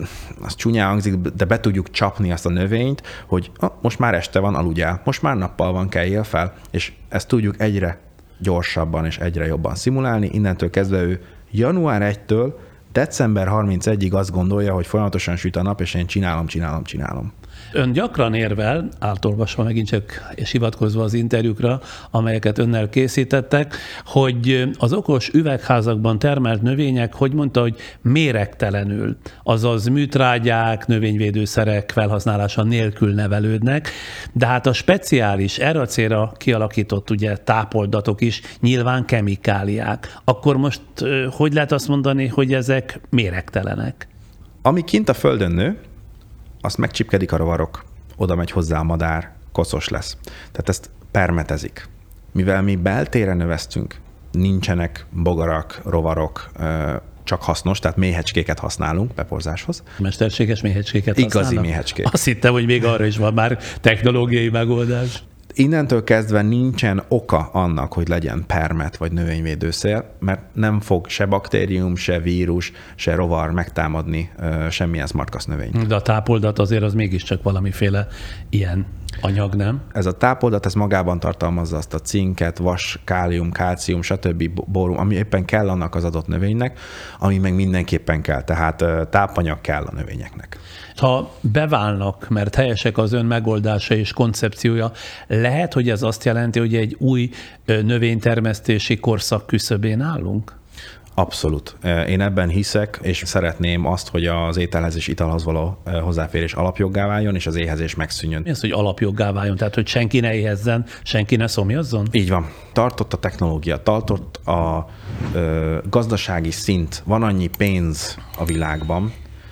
az csúnyán hangzik, de be tudjuk csapni azt a növényt, hogy ah, most már este van, aludjál, most már nappal van, keljél fel, és ezt tudjuk egyre gyorsabban és egyre jobban szimulálni. Innentől kezdve ő január elsejétől december harmincegyedikéig azt gondolja, hogy folyamatosan süt a nap, és én csinálom, csinálom, csinálom. Ön gyakran érvel, átolvasva megint csak és hivatkozva az interjúkra, amelyeket önnel készítettek, hogy az okos üvegházakban termelt növények, hogy mondta, hogy méregtelenül, azaz műtrágyák, növényvédőszerek felhasználása nélkül nevelődnek, de hát a speciális, erre a célra kialakított ugye tápoldatok is nyilván kemikáliák. Akkor most hogy lehet azt mondani, hogy ezek méregtelenek? Ami kint a földön nő, azt megcsipkedik a rovarok, oda megy hozzá a madár, koszos lesz. Tehát ezt permetezik. Mivel mi beltére növesztünk, nincsenek bogarak, rovarok, csak hasznos, tehát méhecskéket használunk beporzáshoz. Mesterséges méhecskéket használnak? Igazi méhecskék. Azt hittem, hogy még arra is van már technológiai megoldás. Innentől kezdve nincsen oka annak, hogy legyen permet vagy növényvédőszer, mert nem fog se baktérium, se vírus, se rovar megtámadni uh, semmilyen smartkasz növényt. De a tápoldat azért az mégiscsak valamiféle ilyen anyag, nem? Ez a tápoldat, ez magában tartalmazza azt a cinket, vas, kálium, kálcium, stb. Bórum, ami éppen kell annak az adott növénynek, ami meg mindenképpen kell, tehát uh, tápanyag kell a növényeknek. Ha beválnak, mert helyesek az ön megoldása és koncepciója, lehet, hogy ez azt jelenti, hogy egy új növénytermesztési korszak küszöbén állunk? Abszolút. Én ebben hiszek, és szeretném azt, hogy az ételhez és italhoz való hozzáférés alapjoggá váljon, és az éhezés megszűnjön. Mi az, hogy alapjoggá váljon? Tehát, hogy senki ne éhezzen, senki ne szomjazzon? Így van. Tartott a technológia, tartott a ö, gazdasági szint, van annyi pénz a világban,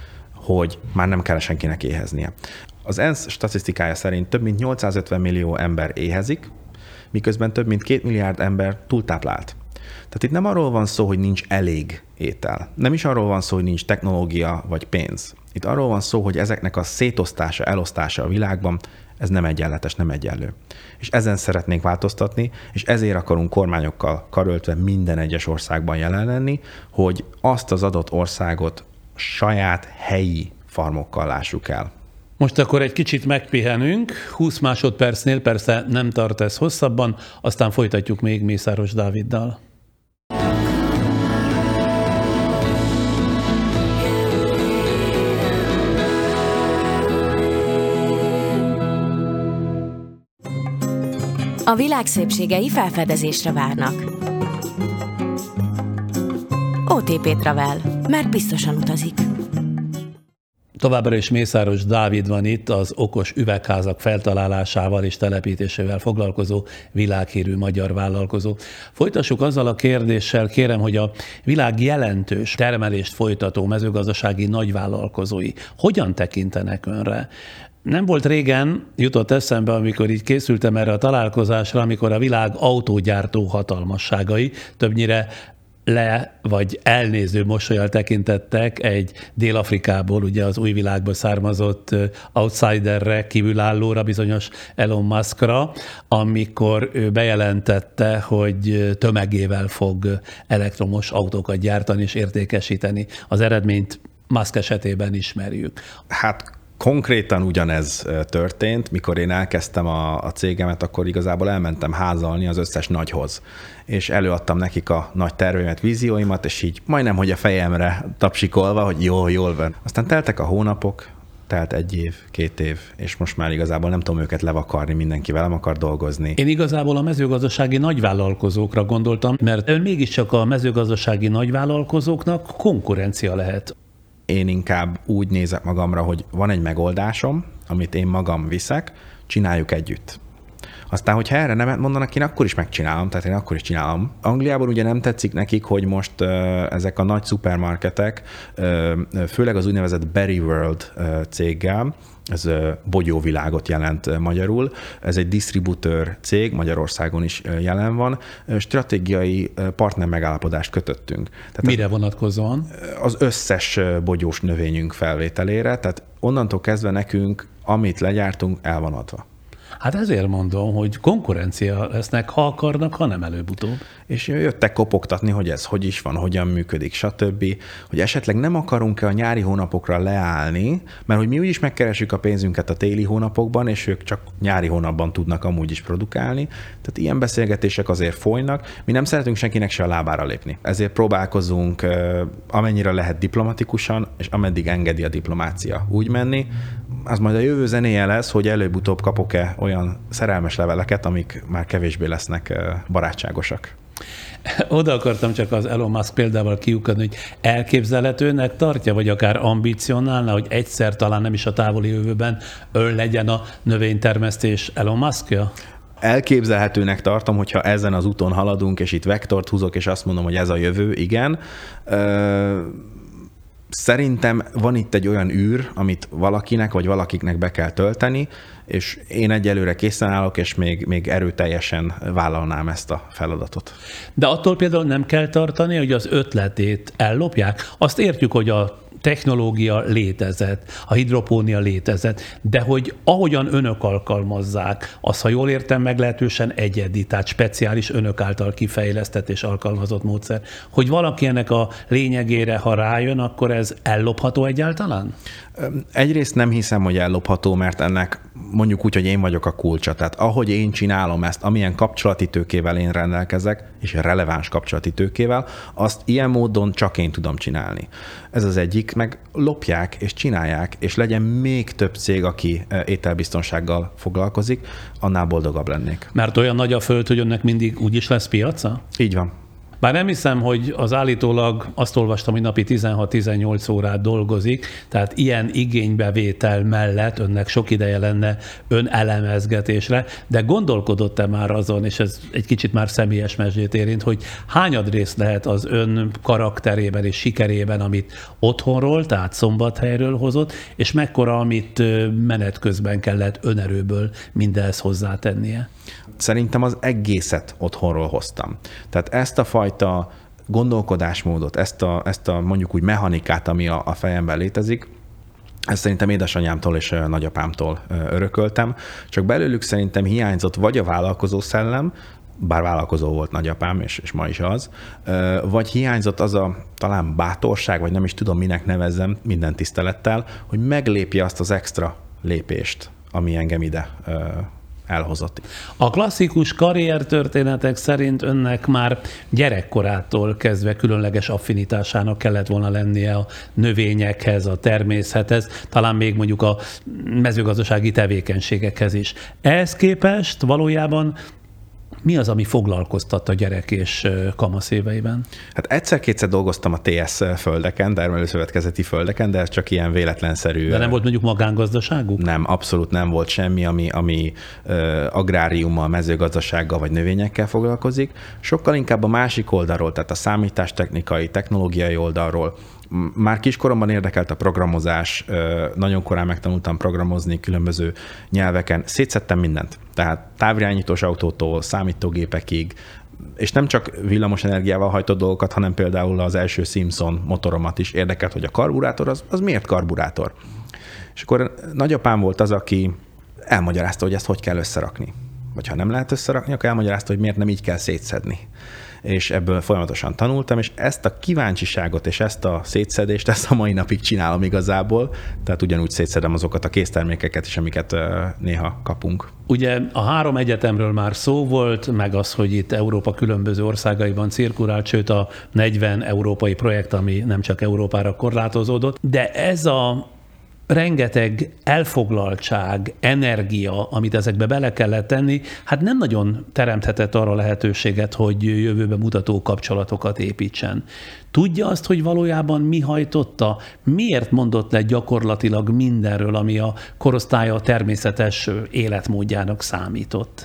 hogy már nem kell senkinek éheznie. Az ENSZ statisztikája szerint több mint nyolcszázötven millió ember éhezik, miközben több mint két milliárd ember túltáplált. Tehát itt nem arról van szó, hogy nincs elég étel. Nem is arról van szó, hogy nincs technológia vagy pénz. Itt arról van szó, hogy ezeknek a szétosztása, elosztása a világban, ez nem egyenletes, nem egyenlő. És ezen szeretnénk változtatni, és ezért akarunk kormányokkal karöltve minden egyes országban jelen lenni, hogy azt az adott országot saját helyi farmokkal lássuk el. Most akkor egy kicsit megpihenünk, húsz másodpercnél, persze nem tart ez hosszabban, aztán folytatjuk még Mészáros Dáviddal. A világ szépségei felfedezésre várnak. o té pé Travel, mert biztosan utazik. Továbbra is Mészáros Dávid van itt, az okos üvegházak feltalálásával és telepítésével foglalkozó világhírű magyar vállalkozó. Folytassuk azzal a kérdéssel, kérem, hogy a világ jelentős termelést folytató mezőgazdasági nagyvállalkozói hogyan tekintenek önre? Nem volt régen, jutott eszembe, amikor így készültem erre a találkozásra, amikor a világ autógyártó hatalmasságai többnyire le vagy elnéző mosollyal tekintettek egy Dél-Afrikából, ugye az új világból származott outsiderre, kívülállóra, bizonyos Elon Muskra, amikor ő bejelentette, hogy tömegével fog elektromos autókat gyártani és értékesíteni. Az eredményt Musk esetében ismerjük. Hát konkrétan ugyanez történt, mikor én elkezdtem a, a cégemet, akkor igazából elmentem házalni az összes nagyhoz, és előadtam nekik a nagy terveimet, vízióimat, és így majdnem, hogy a fejemre tapsikolva, hogy jó, jól van. Aztán teltek a hónapok, telt egy év, két év, és most már igazából nem tudom őket levakarni, mindenki velem akar dolgozni. Én igazából a mezőgazdasági nagyvállalkozókra gondoltam, mert ön mégiscsak a mezőgazdasági nagyvállalkozóknak konkurencia lehet. Én inkább úgy nézek magamra, hogy van egy megoldásom, amit én magam viszek, csináljuk együtt. Aztán, hogyha erre nemet mondanak, én akkor is megcsinálom, tehát én akkor is csinálom. Angliában ugye nem tetszik nekik, hogy most uh, ezek a nagy szupermarketek, uh, főleg az úgynevezett Berry World uh, céggel, ez bogyóvilágot jelent magyarul. Ez egy disztributőr cég, Magyarországon is jelen van. Stratégiai partner megállapodást kötöttünk. Tehát mire vonatkozóan? Az összes bogyós növényünk felvételére, tehát onnantól kezdve nekünk, amit legyártunk, el van adva. Hát ezért mondom, hogy konkurencia lesznek, ha akarnak, ha nem előbb-utóbb. És jöttek kopogtatni, hogy ez hogy is van, hogyan működik, stb. Hogy esetleg nem akarunk-e a nyári hónapokra leállni, mert hogy mi úgyis megkeresjük a pénzünket a téli hónapokban, és ők csak nyári hónapban tudnak amúgy is produkálni. Tehát ilyen beszélgetések azért folynak. Mi nem szeretünk senkinek se a lábára lépni. Ezért próbálkozunk amennyire lehet diplomatikusan, és ameddig engedi a diplomácia úgy menni. Az majd a jövő zenéje lesz, hogy előbb-utóbb kapok-e olyan szerelmes leveleket, amik már kevésbé lesznek barátságosak. Oda akartam csak az Elon Musk példával kiukadni, hogy elképzelhetőnek tartja, vagy akár ambicionálna, hogy egyszer talán nem is a távoli jövőben ön legyen a növénytermesztés Elon Muskja? Elképzelhetőnek tartom, hogyha ezen az úton haladunk, és itt vektort húzok, és azt mondom, hogy ez a jövő, igen. Ö- Szerintem van itt egy olyan űr, amit valakinek vagy valakiknek be kell tölteni, és én egyelőre készen állok, és még, még erőteljesen vállalnám ezt a feladatot. De attól például nem kell tartani, hogy az ötletét ellopják? Azt értjük, hogy a technológia létezett, a hidropónia létezett, de hogy ahogyan önök alkalmazzák, az, ha jól értem, meglehetősen egyedi, tehát speciális önök által kifejlesztett és alkalmazott módszer, hogy valaki ennek a lényegére, ha rájön, akkor ez ellopható egyáltalán? Egyrészt nem hiszem, hogy ellopható, mert ennek mondjuk úgy, hogy én vagyok a kulcsa. Tehát ahogy én csinálom ezt, amilyen kapcsolati tőkével én rendelkezek, és releváns kapcsolati tőkével, azt ilyen módon csak én tudom csinálni. Ez az egyik, meg lopják és csinálják, és legyen még több cég, aki ételbiztonsággal foglalkozik, annál boldogabb lennék. Mert olyan nagy a föld, hogy önnek mindig úgyis lesz piaca? Így van. Bár nem hiszem, hogy az állítólag, azt olvastam, hogy napi tizenhat-tizennyolc órát dolgozik, tehát ilyen igénybevétel mellett önnek sok ideje lenne ön elemezgetésre, de gondolkodott-e már azon, és ez egy kicsit már személyes mesdjét érint, hogy hányadrészt lehet az ön karakterében és sikerében, amit otthonról, tehát Szombathelyről hozott, és mekkora, amit menet közben kellett önerőből mindehhez hozzátennie? Szerintem az egészet otthonról hoztam. Tehát ezt a fajta gondolkodásmódot, ezt a, ezt a mondjuk úgy mechanikát, ami a, a fejemben létezik, ezt szerintem édesanyámtól és nagyapámtól örököltem, csak belőlük szerintem hiányzott vagy a vállalkozó szellem, bár vállalkozó volt nagyapám, és, és ma is az, vagy hiányzott az a talán bátorság, vagy nem is tudom, minek nevezzem, minden tisztelettel, hogy meglépje azt az extra lépést, ami engem ide elhozott. A klasszikus karriertörténetek szerint önnek már gyerekkorától kezdve különleges affinitásának kellett volna lennie a növényekhez, a természethez, talán még mondjuk a mezőgazdasági tevékenységekhez is. Ehhez képest valójában mi az, ami foglalkoztatta gyerek és kamasz éveiben? Hát egyszer-kétszer dolgoztam a té es földeken, termelőszövetkezeti földeken, de ez csak ilyen véletlenszerű. De nem volt mondjuk magángazdaságuk? Nem, abszolút nem volt semmi, ami, ami agráriummal, mezőgazdasággal vagy növényekkel foglalkozik. Sokkal inkább a másik oldalról, tehát a számítástechnikai, technológiai oldalról. Már kiskoromban érdekelt a programozás, nagyon korán megtanultam programozni különböző nyelveken, szétszedtem mindent. Tehát távirányítós autótól, számítógépekig, és nem csak villamos energiával hajtott dolgokat, hanem például az első Simpson motoromat is érdekelt, hogy a karburátor az, az miért karburátor. És akkor nagyapám volt az, aki elmagyarázta, hogy ezt hogy kell összerakni. Vagy ha nem lehet összerakni, akkor elmagyarázta, hogy miért nem így kell szétszedni. És ebből folyamatosan tanultam, és ezt a kíváncsiságot és ezt a szétszedést, ezt a mai napig csinálom igazából, tehát ugyanúgy szétszedem azokat a késztermékeket is, amiket néha kapunk. Ugye a három egyetemről már szó volt, meg az, hogy itt Európa különböző országaiban cirkulált, sőt a negyven európai projekt, ami nem csak Európára korlátozódott, de ez a rengeteg elfoglaltság, energia, amit ezekbe bele kellett tenni, hát nem nagyon teremthetett arra lehetőséget, hogy jövőbe mutató kapcsolatokat építsen. Tudja azt, hogy valójában mi hajtotta? Miért mondott le gyakorlatilag mindenről, ami a korosztálya természetes életmódjának számított?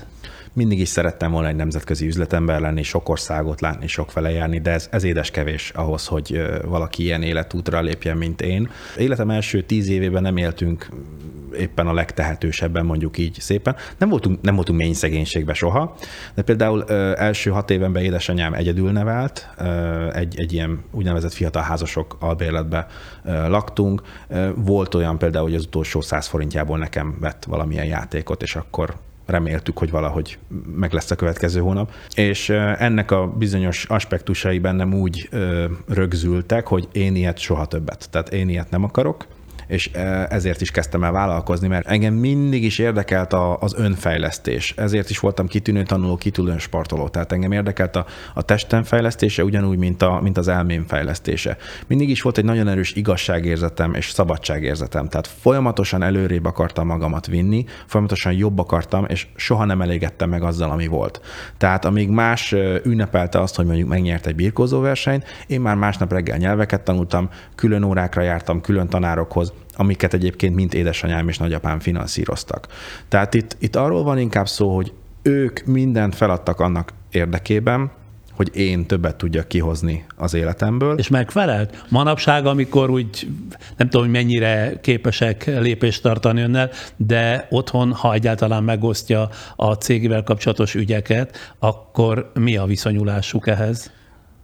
Mindig is szerettem volna egy nemzetközi üzletember lenni, sok országot látni, sok fele járni, de ez, ez édes kevés ahhoz, hogy valaki ilyen életútra lépjen, mint én. Életem első tíz évében nem éltünk éppen a legtehetősebben, mondjuk így szépen. Nem voltunk, nem voltunk mély szegénységbe soha, de például ö, első hat évenben édesanyám egyedül nevelt, ö, egy, egy ilyen úgynevezett fiatal házasok albérletbe ö, laktunk. Ö, volt olyan például, hogy az utolsó száz forintjából nekem vett valamilyen játékot, és akkor reméltük, hogy valahogy meg lesz a következő hónap. És ennek a bizonyos aspektusai bennem úgy ö, rögzültek, hogy én ilyet soha többet. Tehát én ilyet nem akarok, és ezért is kezdtem el vállalkozni, mert engem mindig is érdekelt az önfejlesztés. Ezért is voltam kitűnő tanuló, kitűnő sportoló. Tehát engem érdekelt a, a testem fejlesztése, ugyanúgy, mint, a, mint az elmém fejlesztése. Mindig is volt egy nagyon erős igazságérzetem és szabadságérzetem. Tehát folyamatosan előrébb akartam magamat vinni, folyamatosan jobb akartam, és soha nem elégedtem meg azzal, ami volt. Tehát amíg más ünnepelte azt, hogy mondjuk megnyert egy birkózóversenyt, én már másnap reggel nyelveket tanultam, külön órákra jártam, külön tanárokhoz, amiket egyébként mind édesanyám és nagyapám finanszíroztak. Tehát itt, itt arról van inkább szó, hogy ők mindent feladtak annak érdekében, hogy én többet tudjak kihozni az életemből. És megfelelt? Manapság, amikor úgy nem tudom, hogy mennyire képesek lépést tartani önnel, de otthon, ha egyáltalán megosztja a cégével kapcsolatos ügyeket, akkor mi a viszonyulásuk ehhez?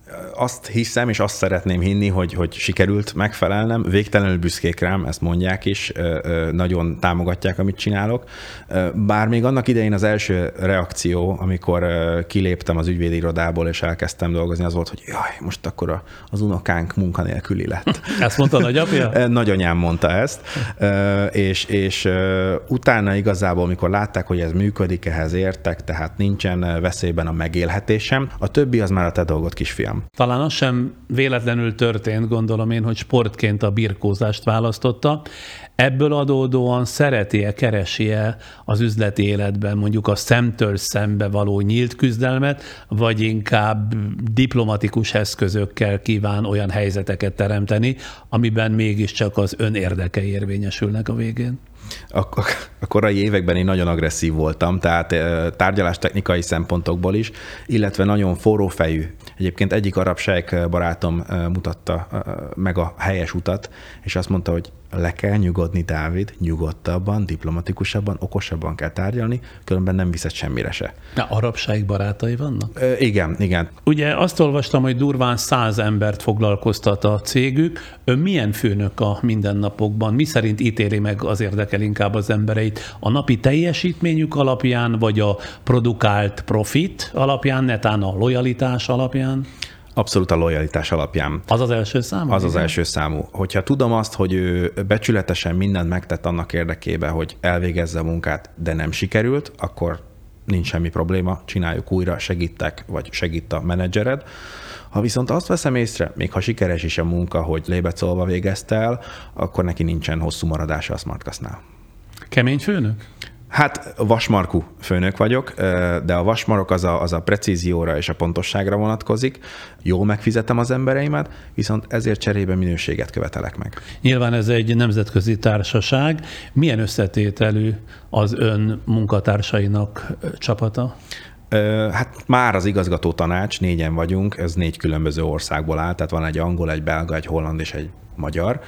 Azt hiszem, és azt szeretném hinni, hogy, hogy sikerült megfelelnem. Végtelenül büszkék rám, ezt mondják is, nagyon támogatják, amit csinálok. Bár még annak idején az első reakció, amikor kiléptem az ügyvédi irodából, és elkezdtem dolgozni, az volt, hogy jaj, most akkor az unokánk munkanélküli lett. Ezt mondta a nagyapja? Nagyanyám mondta ezt, és, és utána igazából, amikor látták, hogy ez működik, ehhez értek, tehát nincsen veszélyben a megélhetésem, a többi az már a te dolgod, kisfiam. Talán az sem véletlenül történt, gondolom én, hogy sportként a birkózást választotta. Ebből adódóan szereti-e, keresi-e az üzleti életben mondjuk a szemtől szembe való nyílt küzdelmet, vagy inkább diplomatikus eszközökkel kíván olyan helyzeteket teremteni, amiben mégiscsak az ön érdekei érvényesülnek a végén? A, a, a korai években én nagyon agresszív voltam, tehát tárgyalástechnikai szempontokból is, illetve nagyon forrófejű. Egyébként egyik arab sejk barátom mutatta meg a helyes utat, és azt mondta, hogy le kell nyugodni, Dávid, nyugodtabban, diplomatikusabban, okosabban kell tárgyalni, különben nem viszed semmire se. Na, arab sejk barátai vannak? Ö, igen, igen. Ugye azt olvastam, hogy durván száz embert foglalkoztat a cégük. Ön milyen főnök a mindennapokban? Mi szerint ítéli meg, az érdekel inkább az embereit? A napi teljesítményük alapján, vagy a produkált profit alapján, netán a lojalitás alapján? Abszolút a lojalitás alapján. Az az első számú? Az az első számú. Hogyha tudom azt, hogy ő becsületesen mindent megtett annak érdekében, hogy elvégezze a munkát, de nem sikerült, akkor nincs semmi probléma, csináljuk újra, segítek, vagy segít a menedzsered. Ha viszont azt veszem észre, még ha sikeres is a munka, hogy lébecolva végezte el, akkor neki nincsen hosszú maradása a SmartCast-nál. Kemény főnök? Hát vasmarkú főnök vagyok, de a vasmarok az a, az a precízióra és a pontosságra vonatkozik. Jól megfizetem az embereimet, viszont ezért cserébe minőséget követelek meg. Nyilván ez egy nemzetközi társaság. Milyen összetételű az ön munkatársainak csapata? Hát már az igazgató tanács, négyen vagyunk, ez négy különböző országból áll, tehát van egy angol, egy belga, egy holland és egy magyar.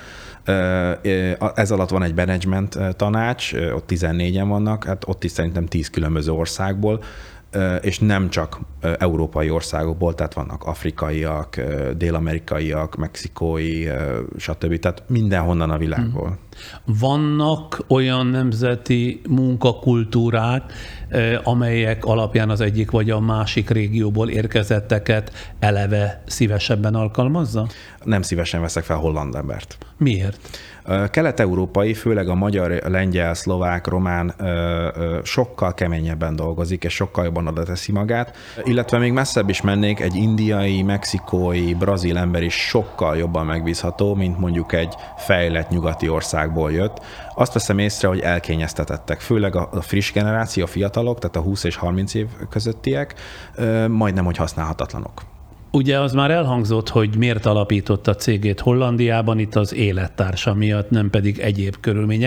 Ez alatt van egy management tanács, ott tizennégyen vannak, hát ott is szerintem tíz különböző országból, és nem csak európai országokból, tehát vannak afrikaiak, dél-amerikaiak, mexikói, stb. Tehát mindenhonnan a világból. Vannak olyan nemzeti munkakultúrák, amelyek alapján az egyik vagy a másik régióból érkezetteket eleve szívesebben alkalmazza? Nem szívesen veszek fel holland embert. Miért? Kelet-európai, főleg a magyar, lengyel, szlovák, román sokkal keményebben dolgozik, és sokkal jobban oda teszi magát, illetve még messzebb is mennék, egy indiai, mexikói, brazil ember is sokkal jobban megbízható, mint mondjuk egy fejlett nyugati országból jött. Azt veszem észre, hogy elkényeztetettek, főleg a friss generáció, a fiatalok, tehát a húsz és harminc év közöttiek, majdnem, hogy használhatatlanok. Ugye az már elhangzott, hogy miért alapított a cégét Hollandiában, itt az élettársa miatt, nem pedig egyéb körülmények.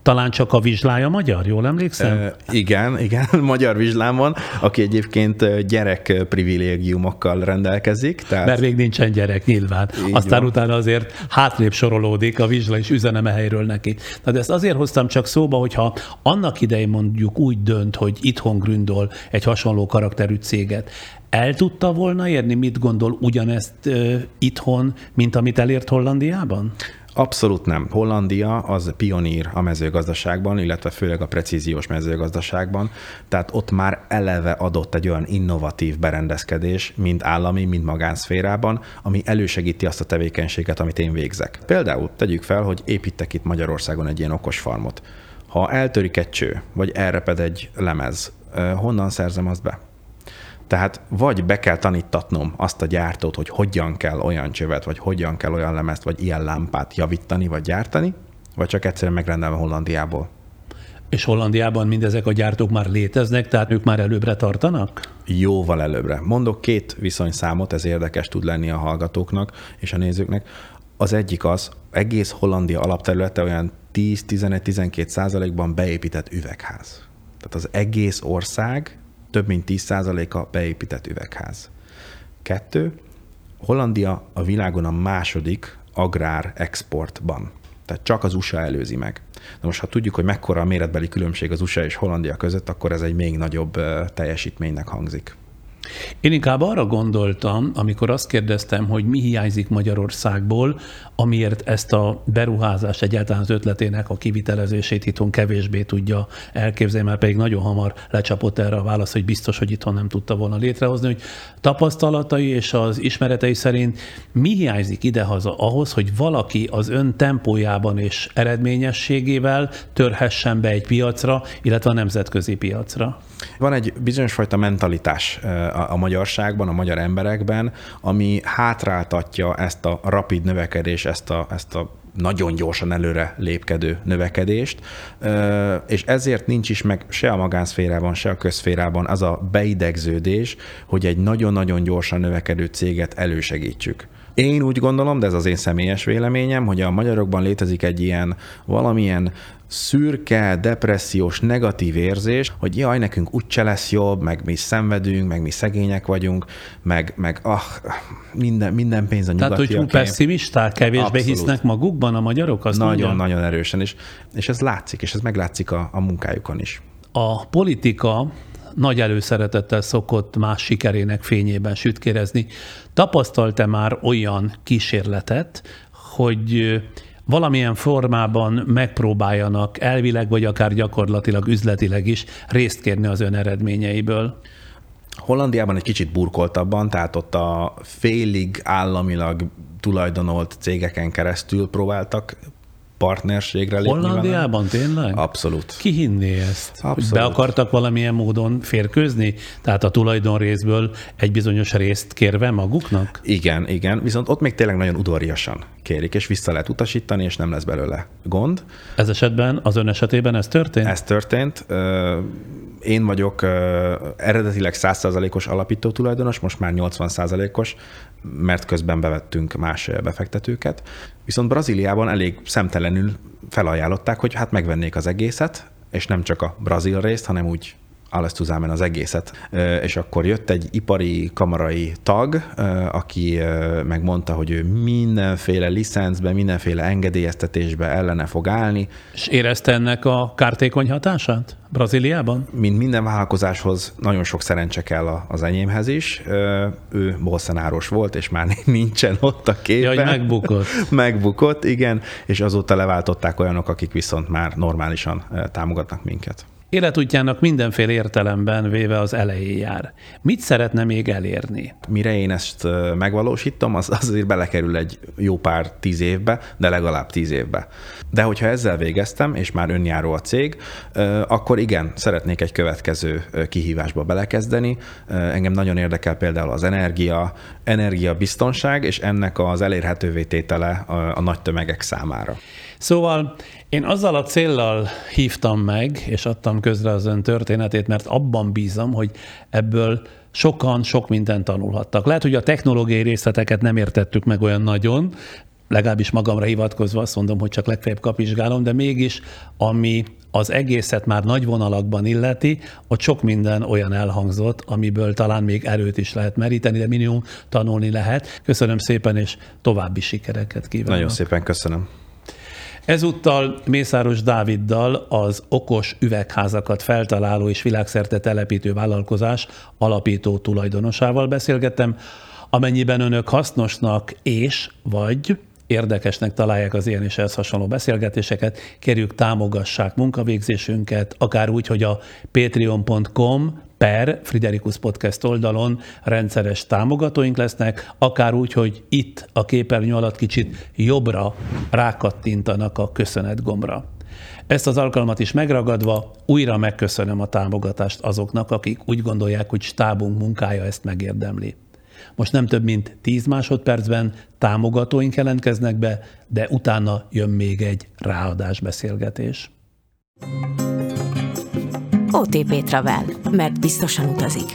talán csak a vizslája magyar, jól emlékszem? E, igen, igen, magyar vizslám van, aki egyébként gyerek privilégiumokkal rendelkezik. Tehát... Mert még nincsen gyerek, nyilván. Így Aztán van. utána azért hátrébb sorolódik a vizsla, és üzeneme helyről neki. Na de ezt azért hoztam csak szóba, hogyha annak idején mondjuk úgy dönt, hogy itthon gründol egy hasonló karakterű céget, el tudta volna érni, mit gondol ugyanezt uh, itthon, mint amit elért Hollandiában? Abszolút nem. Hollandia az pionír a mezőgazdaságban, illetve főleg a precíziós mezőgazdaságban, tehát ott már eleve adott egy olyan innovatív berendezkedés, mind állami, mind magánszférában, ami elősegíti azt a tevékenységet, amit én végzek. Például tegyük fel, hogy építek itt Magyarországon egy ilyen okos farmot. Ha eltörik egy cső, vagy elreped egy lemez, honnan szerzem azt be? Tehát vagy be kell tanítatnom azt a gyártót, hogy hogyan kell olyan csövet, vagy hogyan kell olyan lemezt, vagy ilyen lámpát javítani, vagy gyártani, vagy csak egyszerűen megrendelve Hollandiából. És Hollandiában mindezek a gyártók már léteznek, tehát ők már előbbre tartanak? Jóval előbbre. Mondok két viszonyszámot, ez érdekes tud lenni a hallgatóknak és a nézőknek. Az egyik az, egész Hollandia alapterülete olyan tíz-tizenegy-tizenkét százalékban beépített üvegház. Tehát az egész ország több mint tíz százaléka beépített üvegház. Kettő, Hollandia a világon a második agrár exportban. Tehát csak az u es á előzi meg. Na most, ha tudjuk, hogy mekkora a méretbeli különbség az u es á és Hollandia között, akkor ez egy még nagyobb teljesítménynek hangzik. Én inkább arra gondoltam, amikor azt kérdeztem, hogy mi hiányzik Magyarországból, amiért ezt a beruházást, egyáltalán az ötletének a kivitelezését itthon kevésbé tudja elképzelni, mert pedig nagyon hamar lecsapott erre a válasz, hogy biztos, hogy itthon nem tudta volna létrehozni, hogy tapasztalatai és az ismeretei szerint mi hiányzik idehaza ahhoz, hogy valaki az ön tempójában és eredményességével törhessen be egy piacra, illetve a nemzetközi piacra. Van egy bizonyos fajta mentalitás a, a magyarságban, a magyar emberekben, ami hátráltatja ezt a rapid növekedést, ezt a, ezt a nagyon gyorsan előre lépkedő növekedést, és ezért nincs is meg se a magánszférában, se a közszférában az a beidegződés, hogy egy nagyon-nagyon gyorsan növekedő céget elősegítsük. Én úgy gondolom, de ez az én személyes véleményem, hogy a magyarokban létezik egy ilyen valamilyen szürke, depressziós, negatív érzés, hogy jaj, nekünk úgyse lesz jobb, meg mi szenvedünk, meg mi szegények vagyunk, meg, meg ah, minden, minden pénz a nyugatiaké. Tehát, hogy pessimisták, kevésbé Abszolút. Hisznek magukban a magyarok? Azt Nagyon-nagyon mondja? nagyon erősen, és, és ez látszik, és ez meglátszik a, a munkájukon is. A politika nagy előszeretettel szokott más sikerének fényében sütkérezni. Tapasztalt-e már olyan kísérletet, hogy valamilyen formában megpróbáljanak elvileg, vagy akár gyakorlatilag, üzletileg is részt kérni az ön eredményeiből? Hollandiában egy kicsit burkoltabban, tehát ott a félig államilag tulajdonolt cégeken keresztül próbáltak partnerségre lépni. Hollandiában tényleg? Abszolút. Ki hinné ezt? Abszolút. Be akartak valamilyen módon férkőzni? Tehát a tulajdonrészből egy bizonyos részt kérve maguknak? Igen, igen. Viszont ott még tényleg nagyon udvariasan kérik, és vissza lehet utasítani, és nem lesz belőle gond. Ez esetben, az ön esetében ez történt? Ez történt. Én vagyok eredetileg száz százalékos alapító tulajdonos, most már nyolcvan százalékos, mert közben bevettünk más befektetőket. Viszont Brazíliában elég szemtelenül felajánlották, hogy hát megvennék az egészet, és nem csak a brazil részt, hanem úgy alles zusammen az egészet. És akkor jött egy ipari kamarai tag, aki megmondta, hogy ő mindenféle licencbe, mindenféle engedélyeztetésbe ellene fog állni. És érezte ennek a kártékony hatását Brazíliában? Mint minden vállalkozáshoz nagyon sok szerencse kell az enyémhez is. Ő bolszonáros volt, és már nincsen ott a képben. Jaj, megbukott. Megbukott, igen, és azóta leváltották olyanok, akik viszont már normálisan támogatnak minket. Életútjának mindenféle értelemben véve az elején jár. Mit szeretne még elérni? Mire én ezt megvalósítom, az azért belekerül egy jó pár tíz évbe, de legalább tíz évbe. De hogyha ezzel végeztem, és már önjáró a cég, akkor igen, szeretnék egy következő kihívásba belekezdeni. Engem nagyon érdekel például az energia, energiabiztonság, és ennek az elérhetővé tétele a, a nagy tömegek számára. Szóval én azzal a céllal hívtam meg, és adtam közre az ön történetét, mert abban bízom, hogy ebből sokan sok mindent tanulhattak. Lehet, hogy a technológiai részleteket nem értettük meg olyan nagyon, legalábbis magamra hivatkozva azt mondom, hogy csak legfeljebb kapizsgálom, de mégis, ami az egészet már nagy vonalakban illeti, ott sok minden olyan elhangzott, amiből talán még erőt is lehet meríteni, de minimum tanulni lehet. Köszönöm szépen, és további sikereket kívánok. Nagyon szépen köszönöm. Ezúttal Mészáros Dáviddal, az okos üvegházakat feltaláló és világszerte telepítő vállalkozás alapító tulajdonosával beszélgettem. Amennyiben önök hasznosnak és vagy érdekesnek találják az ilyen és ehhez hasonló beszélgetéseket, kérjük támogassák munkavégzésünket, akár úgy, hogy a patreon pont com per Friderikus Podcast oldalon rendszeres támogatóink lesznek, akár úgy, hogy itt a képernyő alatt kicsit jobbra rákattintanak a köszönet gombra. Ezt az alkalmat is megragadva újra megköszönöm a támogatást azoknak, akik úgy gondolják, hogy stábunk munkája ezt megérdemli. Most nem több mint tíz másodpercben támogatóink jelentkeznek be, de utána jön még egy ráadás beszélgetés. o té pé Travel, mert biztosan utazik.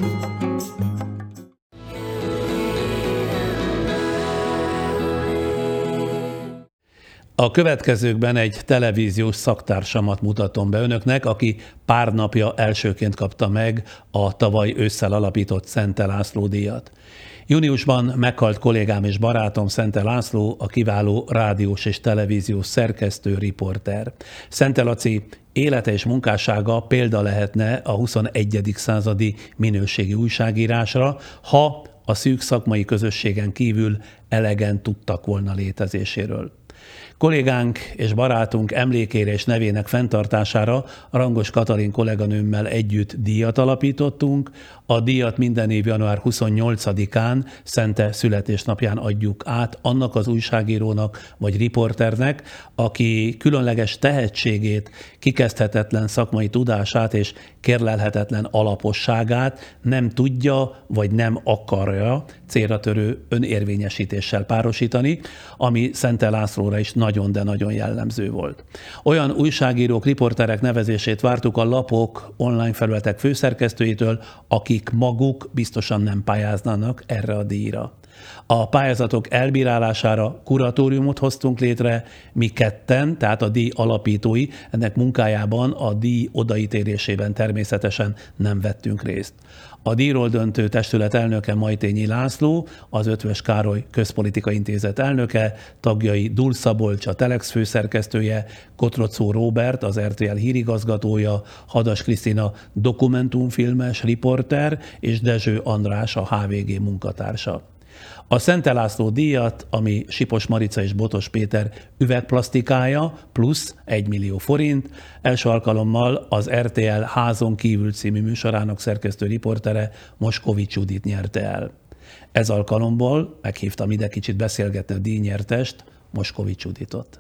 A következőkben egy televíziós szaktársamat mutatom be önöknek, aki pár napja elsőként kapta meg a tavaly ősszel alapított Szente László díjat. Júniusban meghalt kollégám és barátom Szente László, a kiváló rádiós és televíziós szerkesztő, riporter. Szente Laci élete és munkássága példa lehetne a huszonegyedik századi minőségi újságírásra, ha a szűk szakmai közösségen kívül elegen tudtak volna létezéséről. Kollégánk és barátunk emlékére és nevének fenntartására Rangos Katalin kolléganőmmel együtt díjat alapítottunk. A díjat minden év január huszonnyolcadikán, Szente születésnapján adjuk át annak az újságírónak vagy riporternek, aki különleges tehetségét, kikezdhetetlen szakmai tudását és kérlelhetetlen alaposságát nem tudja vagy nem akarja célra törő önérvényesítéssel párosítani, ami Szente Lászlóra is nagyon, de nagyon jellemző volt. Olyan újságírók, riporterek nevezését vártuk a lapok, online felületek főszerkesztőjétől, akik maguk biztosan nem pályáznának erre a díjra. A pályázatok elbírálására kuratóriumot hoztunk létre, mi ketten, tehát a díj alapítói, ennek munkájában, a díj odaítélésében természetesen nem vettünk részt. A díjról döntő testület elnöke Majtényi László, az Eötvös Károly Közpolitikai Intézet elnöke, tagjai Dul Szabolcs, a Telex főszerkesztője, Kotrocó Róbert, az er té el hírigazgatója, Hadas Krisztina dokumentumfilmes riporter és Dezső András, a há vé gé munkatársa. A Szente László díjat, ami Sipos Marica és Botos Péter üvegplasztikája, plusz egy millió forint, első alkalommal az er té el Házon kívül című műsorának szerkesztő riportere Moskovics Judit nyerte el. Ez alkalomból meghívtam ide kicsit beszélgetni a díjnyertest, Moskovics Juditot.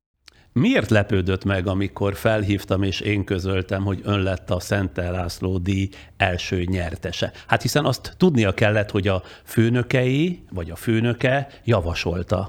Miért lepődött meg, amikor felhívtam és én közöltem, hogy ön lett a Szente László díj első nyertese? Hát hiszen azt tudnia kellett, hogy a főnökei, vagy a főnöke javasolta.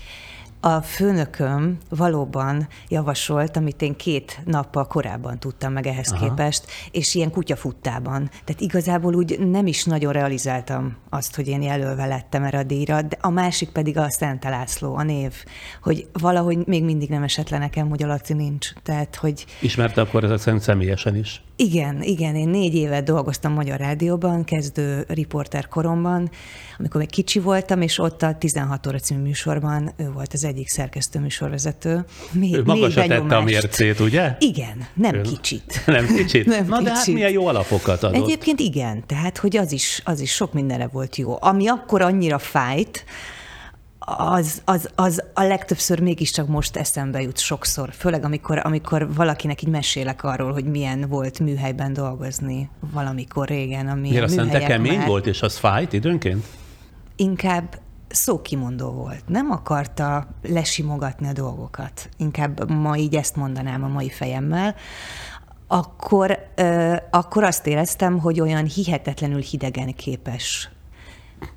A főnököm valóban javasolt, amit én két nappal korábban tudtam meg ehhez Aha. képest, és ilyen kutyafuttában. Tehát igazából úgy nem is nagyon realizáltam azt, hogy én jelölve lettem erre a díjra, de a másik pedig a Szente László, a név, hogy valahogy még mindig nem esett le nekem, hogy a Laci nincs. Tehát, hogy... Ismerte akkor ezek szerint személyesen is? Igen, igen, én négy évet dolgoztam Magyar Rádióban, kezdő riporter koromban, amikor még kicsi voltam, és ott a tizenhat óra című műsorban ő volt az egyik szerkesztő műsorvezető. Még, ő magasra tette a mércét, ugye? Igen, nem ő... kicsit. Nem kicsit? nem Na kicsit. De hát milyen jó alapokat adott. Egyébként igen, tehát hogy az is, az is sok mindenre volt jó. Ami akkor annyira fájt, Az, az, az a legtöbbször mégiscsak most eszembe jut sokszor, főleg amikor, amikor valakinek így mesélek arról, hogy milyen volt műhelyben dolgozni valamikor régen, ami Miért a aztán te kemény már... volt, és az fájt időnként? Inkább szókimondó volt. Nem akarta lesimogatni a dolgokat. Inkább ma így ezt mondanám a mai fejemmel. Akkor, euh, akkor azt éreztem, hogy olyan hihetetlenül hidegen képes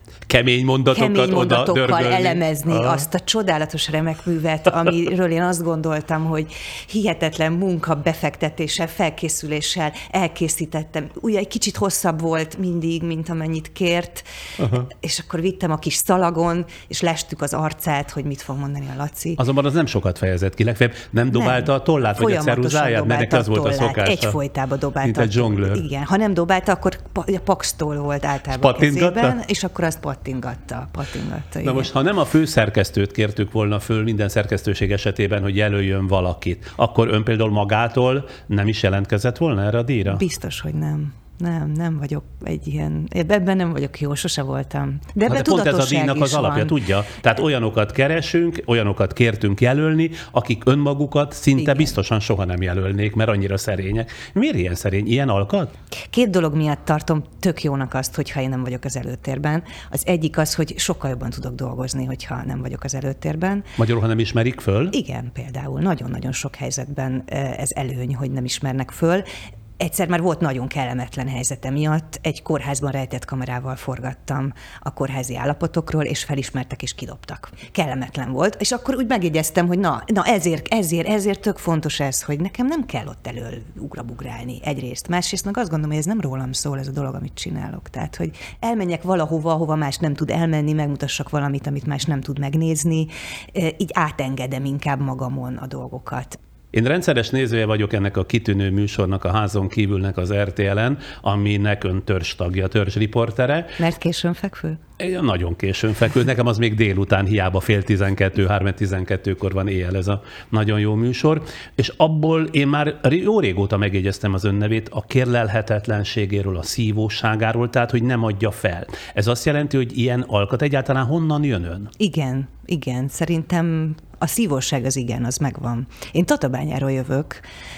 kemény mondatokat kemény mondatokkal oda dörgölni. elemezni Aha. azt a csodálatos remek művet, amiről én azt gondoltam, hogy hihetetlen munka, befektetéssel, felkészüléssel elkészítettem. Ugye egy kicsit hosszabb volt mindig, mint amennyit kért, aha. és akkor vittem a kis szalagon, és lestük az arcát, hogy mit fog mondani a Laci. Azonban az nem sokat fejezett ki, legfeljebb nem dobálta nem. a tollát, vagy a ceruzáját, mert neki az volt a szokása. Egyfolytában dobálta. Mint egy zsonglőr. Igen, ha nem dobálta, akkor a paxtól volt általában kezében, és akkor azt pattingatta, pattingatta. Na most, ha nem a főszerkesztőt kértük volna föl minden szerkesztőség esetében, hogy jelöljön valakit, akkor ön például magától nem is jelentkezett volna erre a díjra? Biztos, hogy nem. Nem, nem vagyok egy ilyen, ebben nem vagyok jó, sose voltam. De ebben pont ez a díjnak az alapja, van. tudja? Tehát olyanokat keresünk, olyanokat kértünk jelölni, akik önmagukat szinte igen. biztosan soha nem jelölnék, mert annyira szerények. Miért ilyen szerény? Ilyen alkat? Két dolog miatt tartom tök jónak azt, hogyha én nem vagyok az előtérben. Az egyik az, hogy sokkal jobban tudok dolgozni, hogyha nem vagyok az előtérben. Magyarul, ha nem ismerik föl? Igen, például. Nagyon-nagyon sok helyzetben ez előny, hogy nem ismernek föl. Egyszer már volt nagyon kellemetlen helyzete miatt, egy kórházban rejtett kamerával forgattam a kórházi állapotokról, és felismertek és kidobtak. Kellemetlen volt, és akkor úgy megjegyeztem, hogy na, na ezért, ezért, ezért tök fontos ez, hogy nekem nem kell ott elől ugrabugrálni egyrészt. Másrészt meg azt gondolom, hogy ez nem rólam szól ez a dolog, amit csinálok. Tehát, hogy elmenjek valahova, ahova más nem tud elmenni, megmutassak valamit, amit más nem tud megnézni, így átengedem inkább magamon a dolgokat. Én rendszeres nézője vagyok ennek a kitűnő műsornak, a Házon kívülnek az er té el-en, aminek ön törzs tagja, törzs riportere. Mert későn fekvő? Én nagyon későn fekvő. Nekem az még délután, hiába fél tizenkettő, három tizenkettőkor van éjjel ez a nagyon jó műsor. És abból én már jó régóta megjegyeztem az ön nevét a kérlelhetetlenségéről, a szívóságáról, tehát hogy nem adja fel. Ez azt jelenti, hogy ilyen alkat egyáltalán honnan jön ön? Igen, igen. Szerintem a szívóság az igen, az megvan. Én Tatabányáról jövök,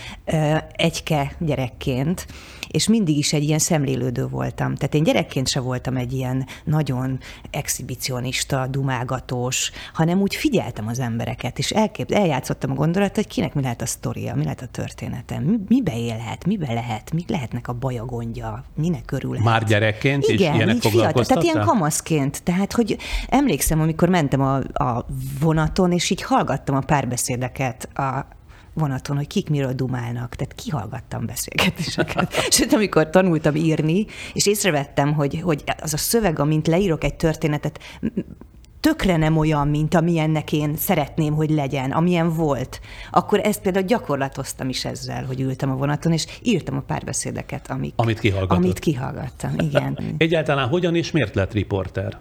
egyke gyerekként, és mindig is egy ilyen szemlélődő voltam. Tehát én gyerekként se voltam egy ilyen nagyon exhibicionista, dumágatós, hanem úgy figyeltem az embereket, és elkép, eljátszottam a gondolatot, hogy kinek mi lehet a sztoria, mi lehet a története, mi, mibe élhet, mibe lehet, mi lehetnek a baja, gondja, minek örülhet. Már gyerekként igen, és ilyenek foglalkoztattál? Tehát ilyen kamaszként. Tehát, hogy emlékszem, amikor mentem a, a vonaton, és így hallgattam a párbeszédeket a vonaton, hogy kik miről dumálnak, tehát kihallgattam beszélgetéseket. Sőt, amikor tanultam írni, és észrevettem, hogy, hogy az a szöveg, amint leírok egy történetet, tökre nem olyan, mint amilyennek én szeretném, hogy legyen, amilyen volt. Akkor ezt például gyakorlatoztam is ezzel, hogy ültem a vonaton, és írtam a párbeszédeket, amik, amit kihallgatott. Amit kihallgattam, igen. Egyáltalán hogyan és miért lett riporter?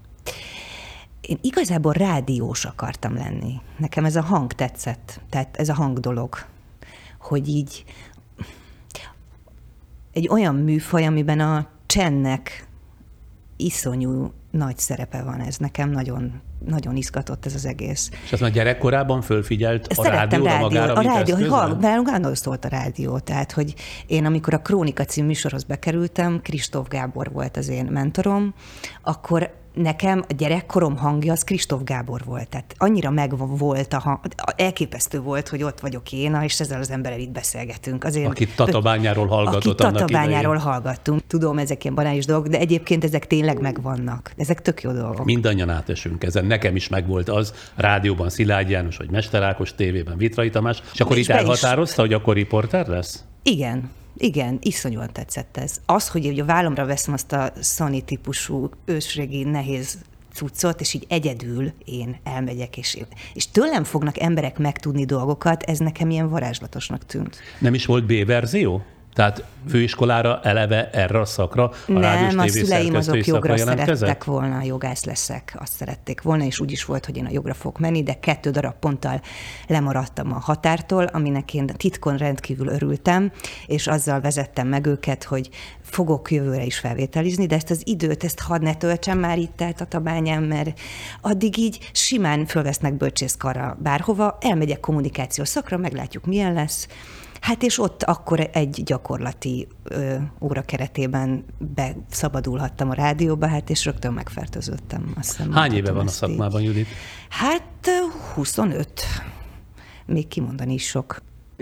Én igazából rádiós akartam lenni. Nekem ez a hang tetszett, tehát ez a hang dolog, hogy így egy olyan műfaj, amiben a csendnek iszonyú nagy szerepe van, ez nekem nagyon, nagyon izgatott ez az egész. És azt már gyerekkorában fölfigyelt a Szerettem rádióra rádió, magára, a mint rádió, eszközre? Nálunk szólt a rádió, tehát hogy én amikor a Krónika című műsorhoz bekerültem, Kristóf Gábor volt az én mentorom, akkor nekem a gyerekkorom hangja az Kristóf Gábor volt. Tehát annyira megvolt a hang, elképesztő volt, hogy ott vagyok én, és ezzel az emberrel itt beszélgetünk. Azért, akit Tatabányáról hallgatott akit annak Tatabányáról idején. hallgattunk. Tudom, ezek ilyen banális dolgok, de egyébként ezek tényleg megvannak. Ezek tök jó dolgok. Mindannyian átesünk ezen. Nekem is megvolt az, rádióban Szilágy János, vagy Mester Ákos, tévében Vitrai Tamás, és akkor És itt be is. elhatározta, hogy akkor riporter lesz? Igen. Igen, iszonyúan tetszett ez. Az, hogy ugye a vállamra veszem azt a Sony típusú ősrégi nehéz cuccot, és így egyedül én elmegyek, és, és tőlem fognak emberek megtudni dolgokat, ez nekem ilyen varázslatosnak tűnt. Nem is volt B-verzió? Tehát főiskolára eleve erre a szakra, a rádiós Nem, a tévé szüleim azok szerkesztői jogra szakra jelentkezett? szerettek volna, jogász leszek, azt szerették volna, és úgy is volt, hogy én a jogra fogok menni, de kettő darab ponttal lemaradtam a határtól, aminek én titkon rendkívül örültem, és azzal vezettem meg őket, hogy fogok jövőre is felvételizni, de ezt az időt, ezt hadd ne töltsem már itt át a Tabányán, mert addig így simán fölvesznek bölcsészkarra bárhova, elmegyek kommunikációs szakra, meglátjuk milyen lesz. Hát és ott akkor egy gyakorlati ö, óra keretében beszabadulhattam a rádióba, hát és rögtön megfertőzöttem. Azt hiszem, Hány éve van a szakmában, Judit? Hát huszonöt. Még kimondani is sok.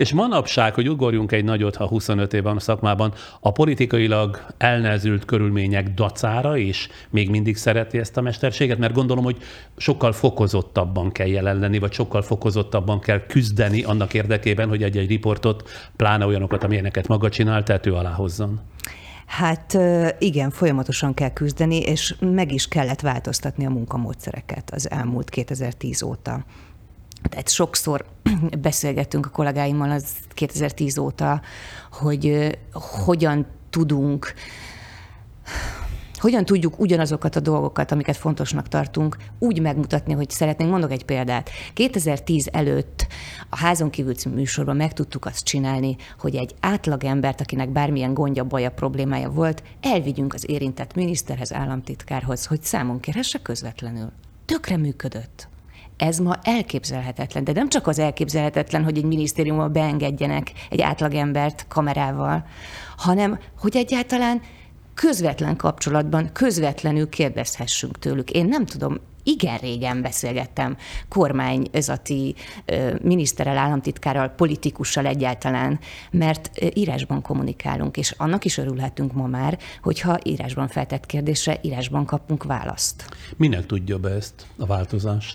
És manapság, hogy ugorjunk egy nagyot, ha huszonöt év van a szakmában, a politikailag elnehezült körülmények dacára is még mindig szereti ezt a mesterséget, mert gondolom, hogy sokkal fokozottabban kell jelen lenni, vagy sokkal fokozottabban kell küzdeni annak érdekében, hogy egy-egy riportot, pláne olyanokat, amilyeneket maga csinál, tető alá hozzon. Hát igen, folyamatosan kell küzdeni, és meg is kellett változtatni a munkamódszereket az elmúlt kétezer-tíz óta. Tehát sokszor beszélgettünk a kollégáimmal az kétezer-tíz óta, hogy hogyan tudunk, hogyan tudjuk ugyanazokat a dolgokat, amiket fontosnak tartunk, úgy megmutatni, hogy szeretnénk. Mondok egy példát. kétezer-tíz előtt a Házon kívül című műsorban meg tudtuk azt csinálni, hogy egy átлагembert, akinek bármilyen gondja, baja, problémája volt, elvigyünk az érintett miniszterhez, államtitkárhoz, hogy számon kérhesse közvetlenül. Tökre működött. Ez ma elképzelhetetlen, de nem csak az elképzelhetetlen, hogy egy minisztériumban beengedjenek egy átlagembert kamerával, hanem hogy egyáltalán közvetlen kapcsolatban, közvetlenül kérdezhessünk tőlük. Én nem tudom, igen régen beszélgettem kormányzati miniszterrel, államtitkárral, politikussal egyáltalán, mert írásban kommunikálunk, és annak is örülhetünk ma már, hogyha írásban feltett kérdésre írásban kapunk választ. Minek tudja be ezt a változást?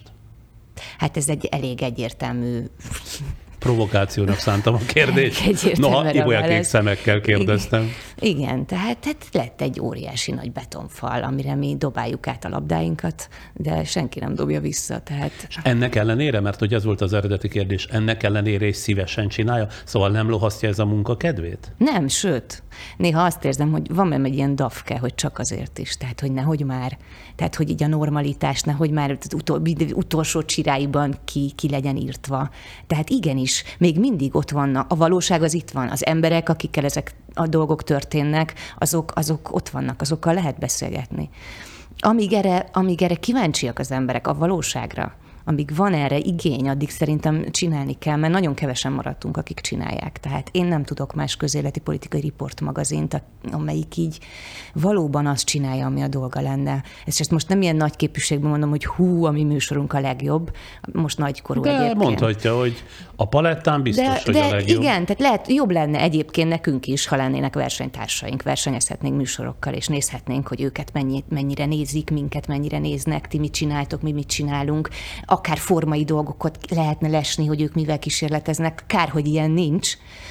Hát ez egy elég egyértelmű... Provokációnak szántam a kérdést. Noha ibolyakék szemekkel kérdeztem. Igen, igen, tehát, tehát lett egy óriási nagy betonfal, amire mi dobáljuk át a labdáinkat, de senki nem dobja vissza. Tehát... És ennek ellenére, mert hogy ez volt az eredeti kérdés, ennek ellenére is szívesen csinálja? Szóval nem lohasztja ez a munka kedvét? Nem, sőt. Néha azt érzem, hogy van benne egy ilyen dafke, hogy csak azért is. Tehát, hogy nehogy már, tehát, hogy így a normalitás, nehogy már utol, utolsó csiráiban ki, ki legyen írtva. Tehát igenis, még mindig ott vannak. A valóság az itt van. Az emberek, akikkel ezek a dolgok történnek, azok, azok ott vannak, azokkal lehet beszélgetni. Amíg erre, amíg erre kíváncsiak az emberek, a valóságra, amíg van erre igény, addig szerintem csinálni kell, mert nagyon kevesen maradtunk, akik csinálják. Tehát én nem tudok más közéleti politikai riportmagazint, amelyik így valóban azt csinálja, ami a dolga lenne. Ezt most nem ilyen nagy képűségben mondom, hogy hú, a mi műsorunk a legjobb, most nagykorú de egyébként. Mondhatja, hogy a palettán biztos, de, hogy de a legjobb. Igen, tehát lehet, jobb lenne egyébként nekünk is, ha lennének versenytársaink, versenyezhetnénk műsorokkal, és nézhetnénk, hogy őket mennyi, mennyire nézik, minket mennyire néznek, ti mit csináltok, mi mit csinálunk. Akár formai dolgokat lehetne lesni, hogy ők mivel kísérleteznek, kár, hogy ilyen nincs.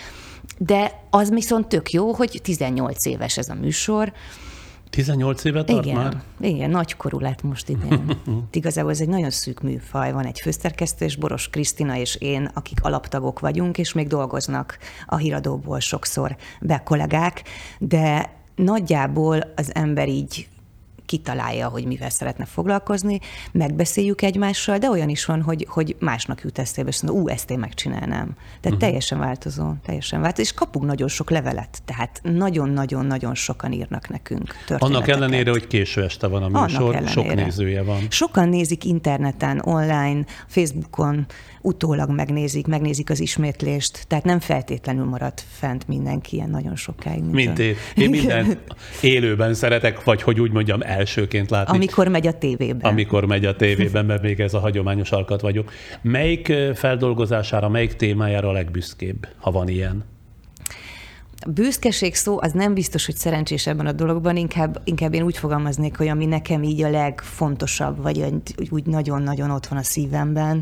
De az viszont tök jó, hogy tizennyolc éves ez a műsor. tizennyolc éve tart igen, már? Igen, nagykorú lett most idén. Igazából ez egy nagyon szűk műfaj. Van egy főszerkesztő, és Boros Krisztina és én, akik alaptagok vagyunk, és még dolgoznak a híradóból sokszor be kollégák, de nagyjából az ember így kitalálja, hogy mivel szeretne foglalkozni, megbeszéljük egymással, de olyan is van, hogy, hogy másnak jut eszébe, és mondja, ú, ezt én megcsinálnám. Tehát uh-huh. teljesen változó, teljesen változó, és kapunk nagyon sok levelet, tehát nagyon-nagyon-nagyon sokan írnak nekünk történeteket. Annak ellenére, hogy késő este van a műsor, sok nézője van. Sokan nézik interneten, online, Facebookon, utólag megnézik, megnézik az ismétlést, tehát nem feltétlenül maradt fent mindenki ilyen nagyon sokáig. Mint, mint én. Én minden élőben szeretek, vagy hogy úgy mondjam, elsőként látni. Amikor megy a tévében. Amikor megy a tévében, mert még ez a hagyományos alkat vagyok. Melyik feldolgozására, melyik témájára a legbüszkébb, ha van ilyen? A büszkeség szó az nem biztos, hogy szerencsés ebben a dologban, inkább, inkább én úgy fogalmaznék, hogy ami nekem így a legfontosabb, vagy úgy nagyon-nagyon ott van a szívemben,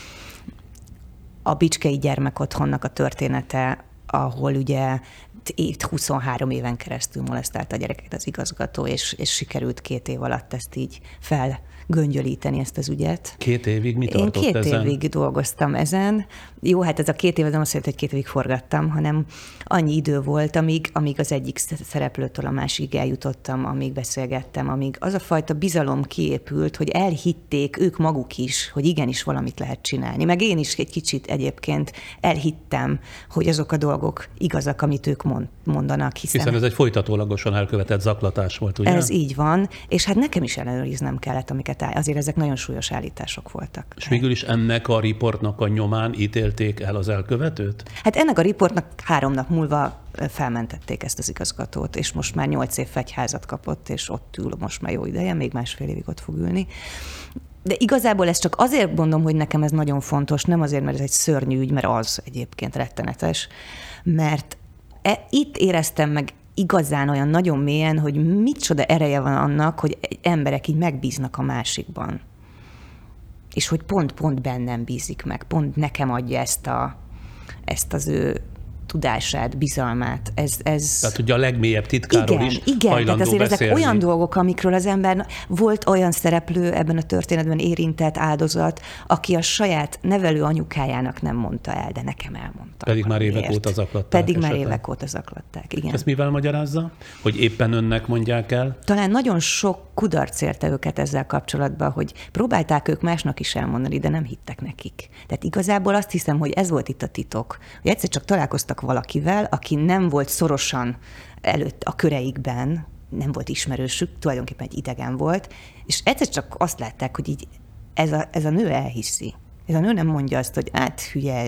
a Bicskei Gyermekotthonnak a története, ahol ugye huszonhárom éven keresztül molesztált a gyereket az igazgató, és, és sikerült két év alatt ezt így felgöngyölíteni, ezt az ügyet. Két évig mi tartott Én két ezen? évig dolgoztam ezen. Jó, hát ez a két év az nem azt jelenti, hogy két évig forgattam, hanem annyi idő volt, amíg, amíg az egyik szereplőtől a másikig eljutottam, amíg beszélgettem, amíg az a fajta bizalom kiépült, hogy elhitték ők maguk is, hogy igenis valamit lehet csinálni. Meg én is egy kicsit egyébként elhittem, hogy azok a dolgok igazak, amit ők mondanak. Hiszen, hiszen ez egy folytatólagosan elkövetett zaklatás volt, ugye? Ez így van, és hát nekem is ellenőriznem kellett, amiket áll. Azért ezek nagyon súlyos állítások voltak. És végül is ennek a riportnak a nyomán ítélték el az elkövetőt? Hát ennek a riportnak három nap múlva felmentették ezt az igazgatót, és most már nyolc év fegyházat kapott, és ott ül most már jó ideje, még másfél évig ott fog ülni. De igazából ezt csak azért mondom, hogy nekem ez nagyon fontos, nem azért, mert ez egy szörnyű ügy, mert az egyébként rettenetes, mert e, itt éreztem meg igazán olyan nagyon mélyen, hogy micsoda ereje van annak, hogy emberek így megbíznak a másikban. És hogy pont-pont bennem bízik meg, pont nekem adja ezt, a, ezt az ő tudását, bizalmát. Ez, ez... Tehát ugye a legmélyebb titkáról igen, is igen, hajlandó tehát azért beszélni. Ezek olyan dolgok, amikről az ember volt olyan szereplő ebben a történetben érintett áldozat, aki a saját nevelő anyukájának nem mondta el, de nekem elmondta. Pedig már évek Miért? óta zaklatták. Pedig esetleg. már évek óta zaklatták, igen. Ezt mivel magyarázza? Hogy éppen önnek mondják el? Talán nagyon sok kudarc érte őket ezzel kapcsolatban, hogy próbálták ők másnak is elmondani, de nem hittek nekik. Tehát igazából azt hiszem, hogy ez volt itt a titok, hogy egyszer csak találkoztak valakivel, aki nem volt szorosan előtt a köreikben, nem volt ismerősük, tulajdonképpen egy idegen volt, és egyszer csak azt látták, hogy így ez a, ez a nő elhiszi. Ez a nő nem mondja azt, hogy hát hülye,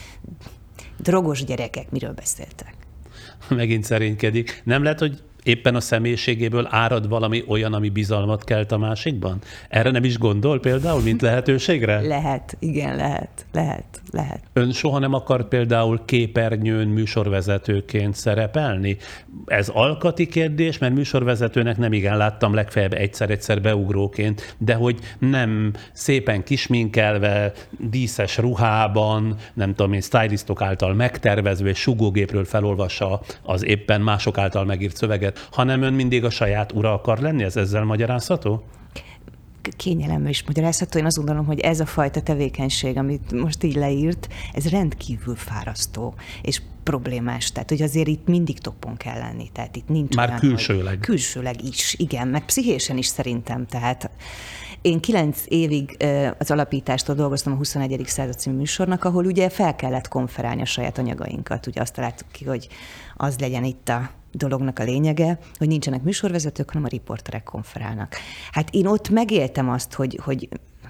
drogos gyerekek, miről beszéltek. Megint szerénykedik. Nem lehet, hogy éppen a személyiségéből árad valami olyan, ami bizalmat kelt a másikban? Erre nem is gondol például, mint lehetőségre? Lehet, igen, lehet, lehet, lehet. Ön soha nem akart például képernyőn műsorvezetőként szerepelni? Ez alkati kérdés, mert műsorvezetőnek nem igen láttam, legfeljebb egyszer-egyszer beugróként, de hogy nem szépen kisminkelve, díszes ruhában, nem tudom én, stylistok által megtervezve és sugógépről felolvassa az éppen mások által megírt szöveget, hanem ön mindig a saját ura akar lenni? Ez ezzel magyarázható? Kényelemmel is magyarázható. Én azt gondolom, hogy ez a fajta tevékenység, amit most így leírt, ez rendkívül fárasztó és problémás. Tehát, hogy azért itt mindig toppon kell lenni. Tehát itt nincs Már olyan, külsőleg. Külsőleg is, igen, meg pszichésen is szerintem. Tehát én kilenc évig az alapítástól dolgoztam a huszonegyedik század című műsornak, ahol ugye fel kellett konferálni a saját anyagainkat. Ugye azt találtuk ki, hogy az legyen itt a dolognak a lényege, hogy nincsenek műsorvezetők, hanem a riporterek konferálnak. Hát én ott megéltem azt, hogy, hogy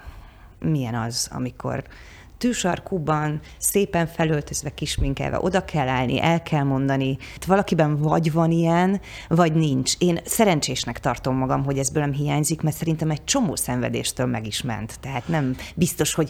milyen az, amikor tűsarkúban, szépen felöltözve, kisminkelve, oda kell állni, el kell mondani. Valakiben vagy van ilyen, vagy nincs. Én szerencsésnek tartom magam, hogy ez belőlem hiányzik, mert szerintem egy csomó szenvedéstől meg is ment. Tehát nem biztos, hogy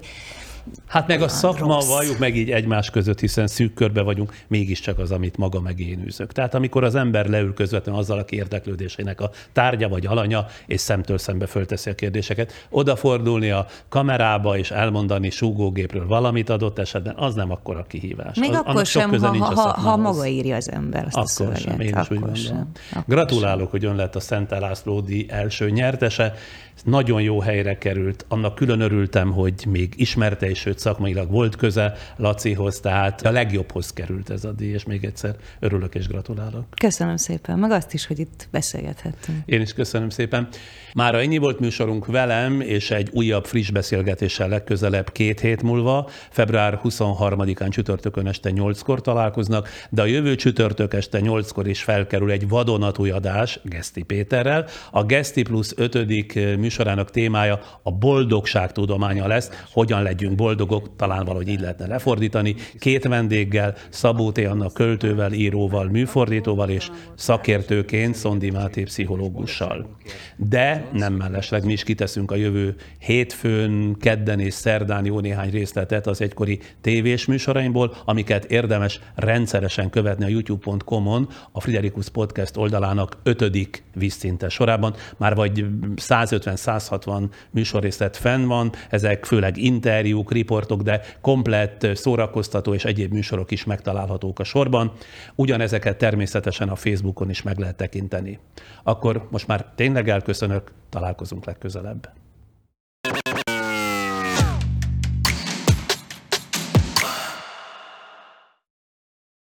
Hát meg a szakma, rossz. valljuk meg így egymás között, hiszen szűk körbe vagyunk, mégiscsak az, amit maga meg én űzök. Tehát amikor az ember leül közvetlenül azzal, aki érdeklődésének a tárgya vagy alanya, és szemtől szembe fölteszi a kérdéseket, odafordulni a kamerába és elmondani súgógépről valamit adott esetben, az nem akkora kihívás. még az, akkor sem, ha, ha, ha, ha maga ír. írja az ember azt Akkor a szöveget. sem, én is akkor úgy gondolom. sem. Akkor Gratulálok, sem. hogy ön lett a Szente László díj első nyertese. Nagyon jó helyre került. Annak külön örültem, hogy még ismerte, és sőt szakmailag volt köze Lacihoz, tehát a legjobbhoz került ez a díj, és még egyszer örülök és gratulálok. Köszönöm szépen, meg azt is, hogy itt beszélgethettünk. Én is köszönöm szépen. Mára ennyi volt műsorunk velem, és egy újabb friss beszélgetéssel legközelebb két hét múlva, február huszonharmadikán csütörtökön este nyolckor találkoznak, de a jövő csütörtök este nyolckor is felkerül egy vadonatúj adás Geszti Péterrel. A Geszti Plusz ötödik műsorának témája a boldogság tudománya lesz, hogyan legyünk boldogok, talán valahogy így lehetne lefordítani, két vendéggel, Szabó T. Anna költővel, íróval, műfordítóval és szakértőként Szondi Máté pszichológussal. De nem mellesleg mi is kiteszünk a jövő hétfőn, kedden és szerdán jó néhány részletet az egykori tévés műsoraimból, amiket érdemes rendszeresen követni a youtube pont com-on, a Friderikus Podcast oldalának ötödik vízszintes sorában. Már vagy százötven-százhatvan műsorrészlet fenn van, ezek főleg interjúk, riportok, de komplett szórakoztató és egyéb műsorok is megtalálhatók a sorban. Ugyanezeket természetesen a Facebookon is meg lehet tekinteni. Akkor most már tényleg elköszönök, találkozunk legközelebb.